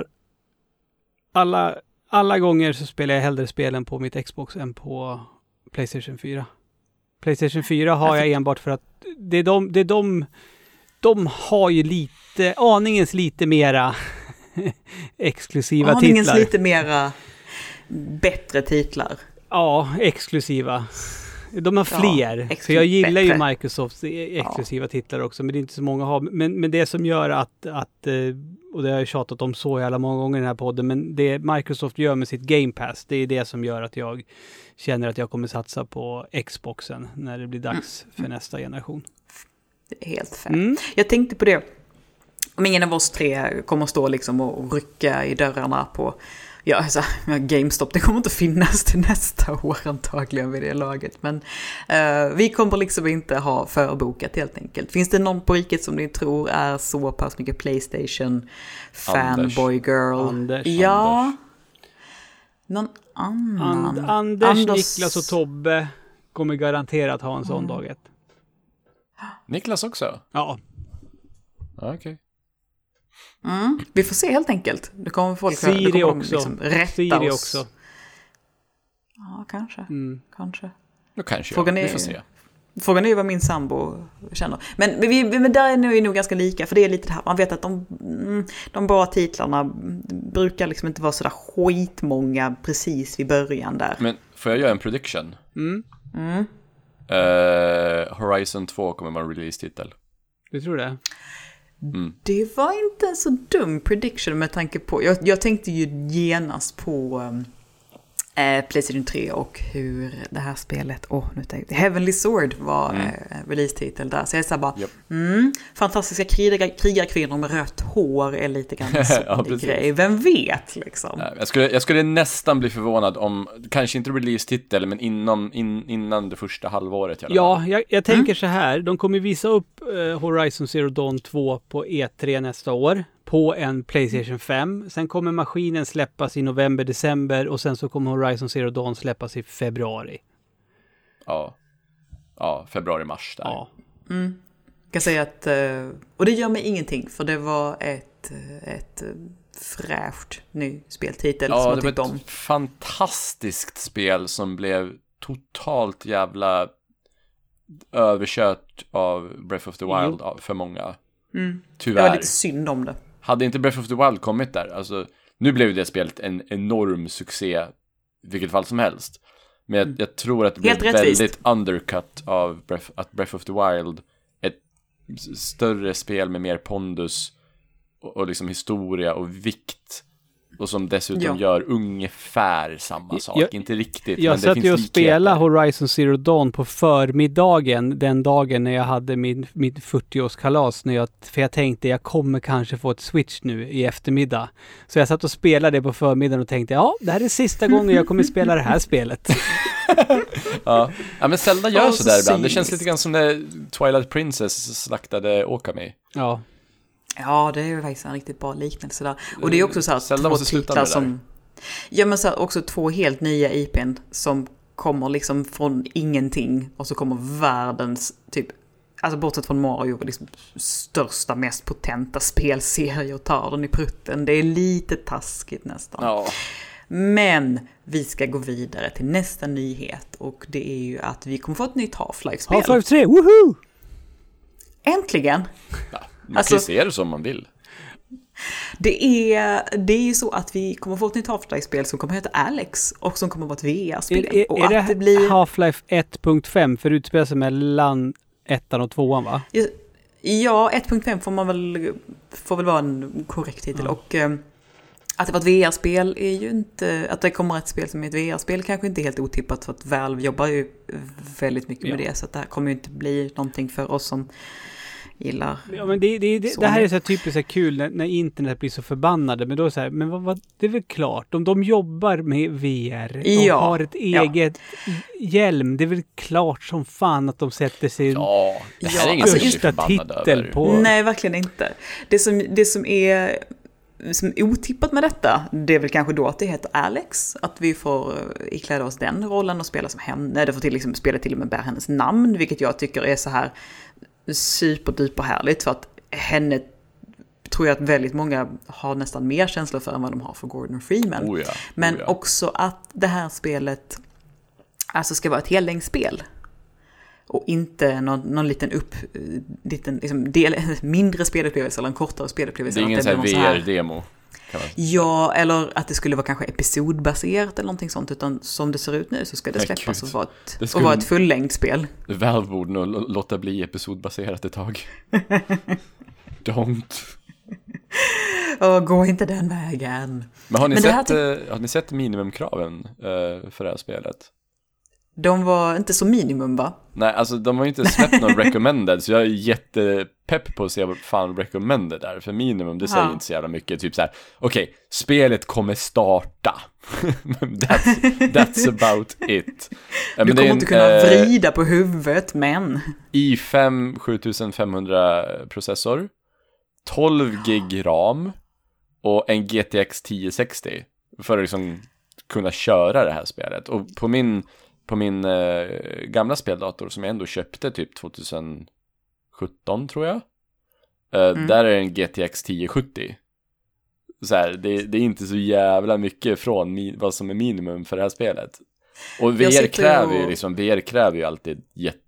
alla, alla gånger så spelar jag hellre spelen på mitt Xbox än på PlayStation fyra. PlayStation fyra har jag enbart för att det är de, det är de, de har ju lite, aningens lite mera exklusiva aningens titlar. Aningens lite mera bättre titlar. Ja, exklusiva. De har fler. Ja, så jag gillar bättre. ju Microsofts exklusiva ja. titlar också, men det är inte så många har. Men, men det som gör att, att, och det har jag tjatat om så jävla många gånger i den här podden, men det Microsoft gör med sitt Game Pass, det är det som gör att jag känner att jag kommer satsa på Xboxen när det blir dags mm. för nästa generation. Det är helt fair. Mm. Jag tänkte på det. Om ingen av oss tre kommer att stå liksom och rycka i dörrarna på ja, alltså, GameStop, det kommer inte finnas till nästa år antagligen vid det laget. Men uh, vi kommer liksom inte ha förbokat helt enkelt. Finns det någon på riket som ni tror är så pass mycket PlayStation fanboy girl? Anders. Ja. Anders. Någon annan? And, Anders, Anders, Niklas och Tobbe kommer garanterat ha en sån mm. dag ett. Niklas också? Ja. Okej. Okay. Mm, vi får se helt enkelt. Det kommer folk Siri kommer också. Liksom rätta Siri oss. också. Ja, kanske. Mm. Kanske. Då kanske frågan jag. Är, vi får se. Frågan är vad min sambo känner. Men, vi, men där är vi nog ganska lika. För det är lite det här. Man vet att de, de bra titlarna brukar liksom inte vara sådär skitmånga precis vid början där. Men får jag göra en prediction? Mm. Mm. Uh, Horizon två kommer vara en release-titel. Du tror det? Mm. Det var inte en så dum prediction med tanke på... Jag, jag tänkte ju genast på eh, PlayStation tre och hur det här spelet... Åh, oh, nu tänkte jag... Heavenly Sword var mm. eh, release-titel där. Så jag sa bara... Yep. Mm, fantastiska krigar, krigarkvinnor med rött hår är lite grann så ja, grej. Vem vet, liksom. Jag skulle, jag skulle nästan bli förvånad om... Kanske inte release-titel, men inom, in, innan det första halvåret. Ja, jag, jag tänker mm. så här. De kommer visa upp eh, Horizon Zero Dawn två på E tre nästa år. På en PlayStation fem. Sen kommer maskinen släppas i november, december. Och sen så kommer Horizon Zero Dawn släppas i februari. Ja. Ja, februari-mars där. Ja. Mm. Jag kan säga att... Och det gör mig ingenting. För det var ett... ett fräscht ny speltitel ja, som jag det tyckte var ett om. Fantastiskt spel som blev totalt jävla överkört av Breath of the Wild mm. för många. Mm. Tyvärr. Det var lite synd om det. Hade inte Breath of the Wild kommit där, alltså nu blev det spelet en enorm succé vilket fall som helst. Men jag, jag tror att det Helt blev rättvist. väldigt undercut av Breath, att Breath of the Wild, ett större spel med mer pondus och, och liksom historia och vikt, och som dessutom Ja. gör ungefär samma sak. Jag- Inte riktigt, Jag men det satt finns ju och likheter. spelade Horizon Zero Dawn på förmiddagen den dagen när jag hade min, min fyrtioårskalas. När jag, för jag tänkte jag kommer kanske få ett Switch nu i eftermiddag. Så jag satt och spelade det på förmiddagen och tänkte ja, det här är sista gången jag kommer spela det här spelet. Ja. Ja, men Zelda gör Ja, så så där ibland. Det cyniskt. känns lite grann som när Twilight Princess slaktade Okami. Ja. Ja, det är ju faktiskt en riktigt bra liknelse där. Och det är också så här Zelda två måste sluta titlar med det där. som... Ja, men så här, också två helt nya I P:n som kommer liksom från ingenting och så kommer världens typ... Alltså bortsett från Mario, liksom största, mest potenta spelserie och tar den i prutten. Det är lite taskigt nästan. Ja. Men vi ska gå vidare till nästa nyhet och det är ju att vi kommer få ett nytt Half-Life-spel. Half-Life tre, woohoo! Äntligen! Ja, man Alltså- kan ju se det som man vill. Det är, det är ju så att vi kommer få ett nytt Half-Life-spel som kommer heta Alex och som kommer vara ett V R-spel. Är, är, och är att det, det blir... Half-Life ett punkt fem för utspelar sig mellan ettan och tvåan, va? Ja, ett punkt fem får man väl, får väl vara en korrekt titel. Ja. Och eh, att det var ett V R-spel är ju inte... Att det kommer ett spel som är ett V R-spel kanske inte är helt otippat för att Valve jobbar ju väldigt mycket med Ja. det. Så att det här kommer ju inte bli någonting för oss som gillar... Ja, men det, det, det, Så det här nu. är så här typiskt så här kul när, när internet blir så förbannade. Men då är det så här, men vad, vad, det är väl klart. Om de jobbar med V R och Ja, har ett ja. eget hjälm, det är väl klart som fan att de sätter sin Ja, det här Ja, är inget alltså som just jag är första förbannad titel över. på... Nej, verkligen inte. Det som, det som är som är otippat med detta, det är väl kanske då att det heter Alex. Att vi får eh, ikläda oss den rollen och spela som henne. Det får till liksom spela till och med bär hennes namn, vilket jag tycker är så här superduper härligt. För att henne tror jag att väldigt många har nästan mer känslor för än vad de har för Gordon Freeman. Oh ja, Men oh ja. också att det här spelet alltså ska vara ett hellängdsspel. Och inte någon, någon liten upp, liten, liksom del, mindre spelupplevelse eller en kortare spelupplevelse. Det är ingen Att sån blir här någon V R-demo. kan man- Ja, eller att det skulle vara kanske episodbaserat eller någonting sånt. Utan som det ser ut nu så ska det Men släppas gud, och vara ett, det och skulle- vara ett fullängdsspel. Valve borde nog l- låta bli episodbaserat ett tag. Don't. Och gå inte den vägen. Men har ni, Men det här sett, eh, har ni sett minimumkraven eh, för det här spelet? De var inte så minimum, va? Nej, alltså de har ju inte släppt någon recommended, så jag är jättepepp på att se vad fan recommended är. För minimum, det säger Ja. inte så jävla mycket. Typ så här: okej, spelet kommer starta. that's, that's about it. Ja, Du men det är kommer en, inte kunna eh, vrida på huvudet, men... i fem sjutufemhundra processor, tolv gig ram och en G T X tio sextio för att liksom kunna köra det här spelet. Och på min på min eh, gamla speldator som jag ändå köpte typ tjugosjutton tror jag. Eh, Mm. Där är en G T X tio sjuttio. Så här, det, det är inte så jävla mycket från mi- vad som är minimum för det här spelet. Och V Jag R sitter kräver ju och- liksom, V R kräver ju alltid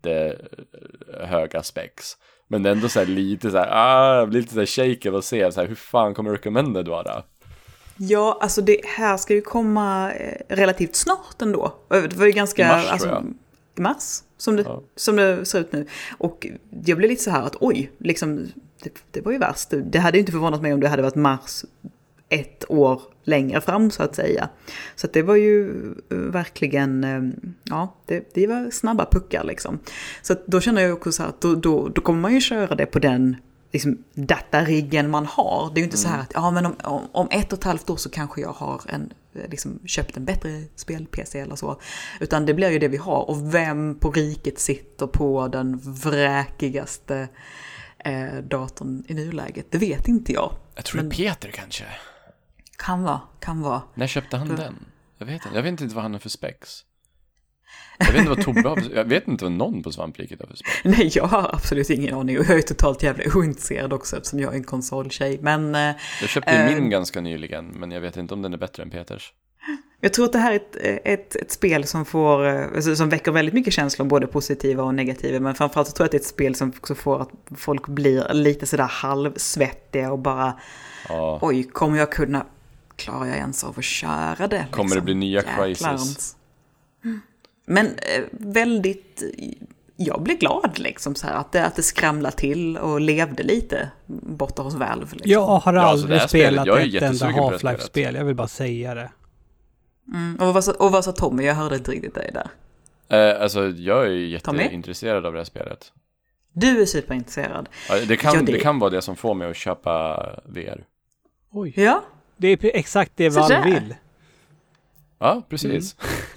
jättehöga specs. Men det är ändå så här lite så här, ah, jag blir lite så här shaky av att se så här, hur fan kommer recommended vara? Ja, alltså det här ska ju komma eh, relativt snart ändå. Det var ju ganska... I mars, alltså, tror jag. I mars, som det, Ja. som det ser ut nu. Och jag blev lite så här att oj, liksom, det, det var ju värst. Det hade ju inte förvånat mig om det hade varit mars ett år längre fram, så att säga. Så att det var ju eh, verkligen, eh, ja, det, det var snabba puckar liksom. Så att då känner jag också så här att då, då, då kommer man ju köra det på den liksom datariggen man har. Det är ju inte så här att ja, men om, om, om ett och ett halvt år så kanske jag har en, liksom, köpt en bättre spel-P C eller så. Utan det blir ju det vi har. Och vem på riket sitter på den vräkigaste eh, datorn i nuläget, det vet inte jag. Jag tror Men- det är Peter kanske. Kan vara, kan vara. När köpte han Mm. den? Jag vet inte, jag vet inte vad han har för specs. Jag vet inte vad Tobbe har för, jag vet inte vad någon på Svampriket har för specs. Nej, jag har absolut ingen aning. Och jag är totalt jävla ointresserad också eftersom jag är en konsoltjej. Men eh, Jag köpte ju Eh, min ganska nyligen, men jag vet inte om den är bättre än Peters. jag tror att det här är ett, ett, ett spel som, får, eh, alltså, som väcker väldigt mycket känslor, både positiva och negativa. Men framförallt så tror jag att det är ett spel som också får att folk blir lite sådär halvsvettiga och bara Ja. oj, kommer jag kunna, klarar jag ens av att köra det? Kommer det bli nya Jäklar. Crysis? Men eh, väldigt... Jag blev glad liksom så här, att det, att det skramlade till och levde lite borta hos Valve. Liksom. Jag har Ja, alltså, aldrig det här spelet, spelat jag är ett enda jättesugen på det här Half-Life-spel. Jag vill bara säga det. Mm. Och, vad sa, och vad sa Tommy? Jag hörde inte riktigt dig där. Eh, alltså, jag är Tommy? jätteintresserad av det här spelet. Du är superintresserad. Ja, det, kan, Ja, det- det kan vara det som får mig att köpa V R. Oj. Ja, Det är exakt det Så Valve där. vill. Ja, precis.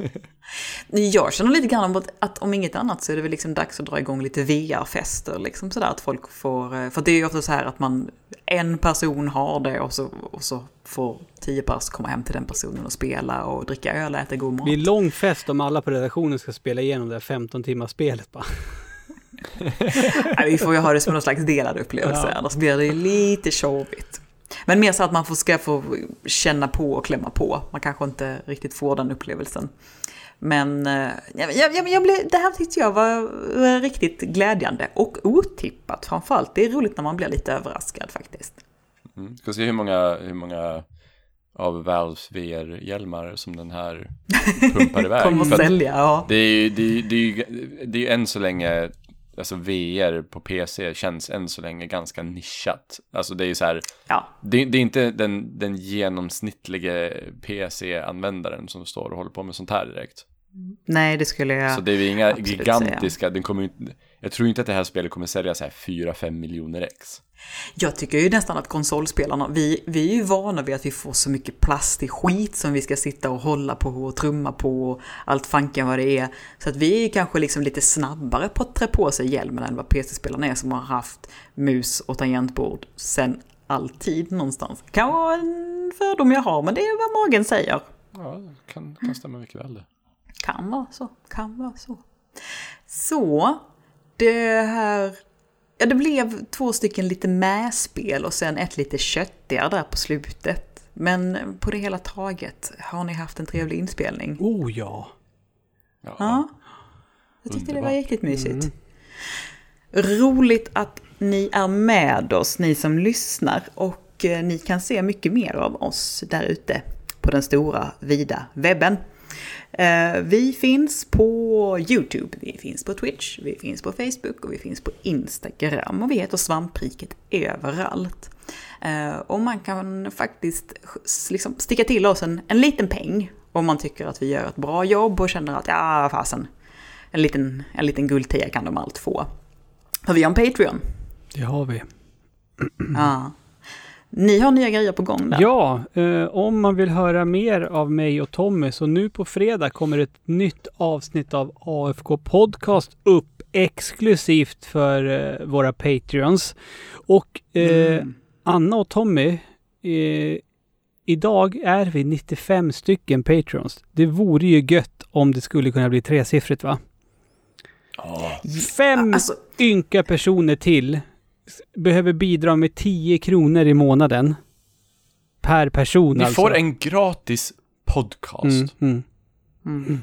jag känner lite grann om att, att om inget annat så är det väl liksom dags att dra igång lite V R-fester. Liksom sådär, att folk får, för det är ju ofta så här att man, en person har det och så, och så får tio pers komma hem till den personen och spela och dricka öl och äta god mat. Det är lång fest om alla på redaktionen ska spela igenom det här femton timmars spelet bara. Nej, vi får ju ha det som någon slags delad upplevelse, Ja. annars blir det ju lite tjovigt. Men mer så att man får, ska få känna på och klämma på. Man kanske inte riktigt får den upplevelsen. Men eh, jag, jag, jag blev, det här tyckte jag var, var riktigt glädjande och otippat framförallt. Det är roligt när man blir lite överraskad faktiskt. Mm. Ska se hur många, hur många av Valves V R-hjälmar som den här pumpar iväg. Kommer För att att sälja, ja. det är ju det är, det är, ju- det är ju än så länge, alltså V R på P C känns än så länge ganska nischat. Alltså det är ju så här, ja. det, det är inte den, den genomsnittliga P C-användaren som står och håller på med sånt här direkt. Nej, det skulle jag Så det är ju inga absolut gigantiska, den kommer ju inte, jag tror inte att det här spelet kommer sälja så här fyra fem miljoner ex. Jag tycker ju nästan att konsolspelarna, vi, vi är ju vana vid att vi får så mycket plast i skit som vi ska sitta och hålla på och trumma på och allt fanken vad det är. Så att vi är kanske liksom lite snabbare på att trä på sig hjälmen än vad P C-spelarna är som har haft mus och tangentbord sen alltid någonstans. Kan vara en fördom jag har, men det är vad magen säger. Ja, kan, kan stämma mycket väl det. Kan vara så, kan vara så. Så, det här... Ja, det blev två stycken lite mäspel och sen ett lite köttigare där på slutet. Men på det hela taget har ni haft en trevlig inspelning. Oh ja. Ja. Ja, jag tyckte det var Underbart. riktigt mysigt. Roligt att ni är med oss, ni som lyssnar. Och eh, ni kan se mycket mer av oss där ute på den stora, vida webben. Eh, vi finns på YouTube, vi finns på Twitch, vi finns på Facebook och vi finns på Instagram. Och vi heter Svampriket överallt. Eh, och man kan faktiskt liksom sticka till oss en, en liten peng om man tycker att vi gör ett bra jobb och känner att ja, fasen, en liten, en liten guldtia kan de allt få. För vi har en Patreon. Det har vi. Ja. Ni har nya grejer på gång där. Ja, eh, om man vill höra mer av mig och Tommy så nu på fredag kommer ett nytt avsnitt av A F K Podcast upp exklusivt för eh, våra Patreons. Och eh, Mm. Anna och Tommy, eh, idag är vi nittiofem stycken Patreons. Det vore ju gött om det skulle kunna bli tresiffrigt, va? Ja. Fem Alltså, ynka personer till behöver bidra med tio kronor i månaden per person. Ni alltså. får en gratis podcast. Mm, mm.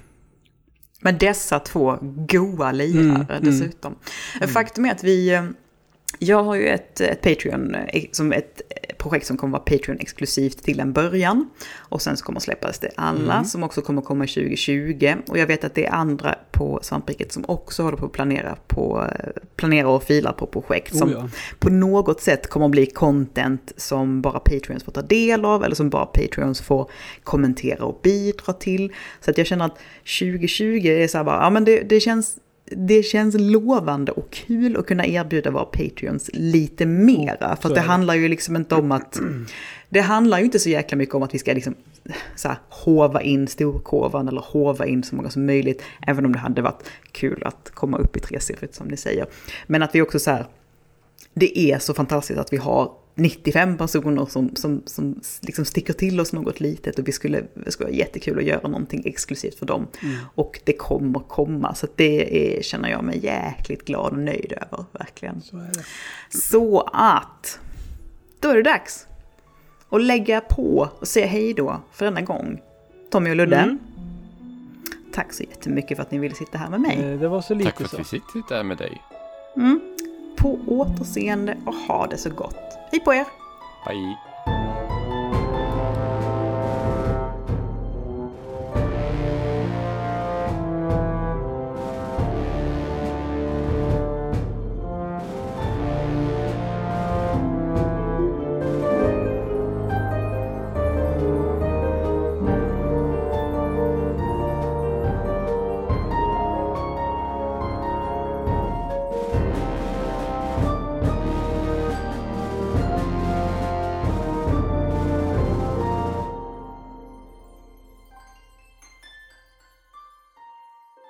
med dessa två goa lirare Mm, dessutom. Faktum är att vi... eh, Jag har ju ett, ett Patreon, eh, som ett projekt som kommer vara Patreon-exklusivt till en början. Och sen så kommer släppas det alla Mm. som också kommer komma tjugo tjugo. Och jag vet att det är andra på Svampriket som också håller på att planera, på, planera och filar på projekt som Oh ja. på något sätt kommer att bli content som bara Patreons får ta del av eller som bara Patreons får kommentera och bidra till. Så att jag känner att tjugo tjugo är så här bara, ja men det, det känns... Det känns lovande och kul att kunna erbjuda våra Patreons lite mera. För att det handlar ju liksom inte om att... Det handlar ju inte så jäkla mycket om att vi ska liksom så här, hova in storkovan eller hova in så många som möjligt. Även om det hade varit kul att komma upp i tresiffrigt som ni säger. Men att vi också så här... Det är så fantastiskt att vi har nittiofem personer som, som, som liksom sticker till oss något litet och vi skulle, det skulle vara jättekul att göra någonting exklusivt för dem. Mm. Och det kommer komma, så att det är, känner jag mig jäkligt glad och nöjd över, verkligen. Så är det. Så att, då är det dags att lägga på och säga hej då för denna gång. Tommy och Ludde, Mm. tack så jättemycket för att ni ville sitta här med mig. Eh, Det var så lite Tack för att så. vi fick sitta här med dig. Mm. På återseende och ha det så gott. Hej på er! Bye.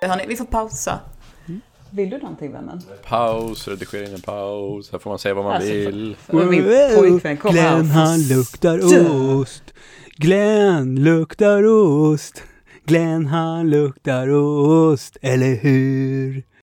hörni, vi får pausa. Vill du någonting, vännen? Paus, redigera in en paus. Här får man säga vad man Alltså, vill. Min pojkvän kommer här och Glenn, han luktar ost. Glenn luktar ost. Glenn, han luktar ost. Eller hur?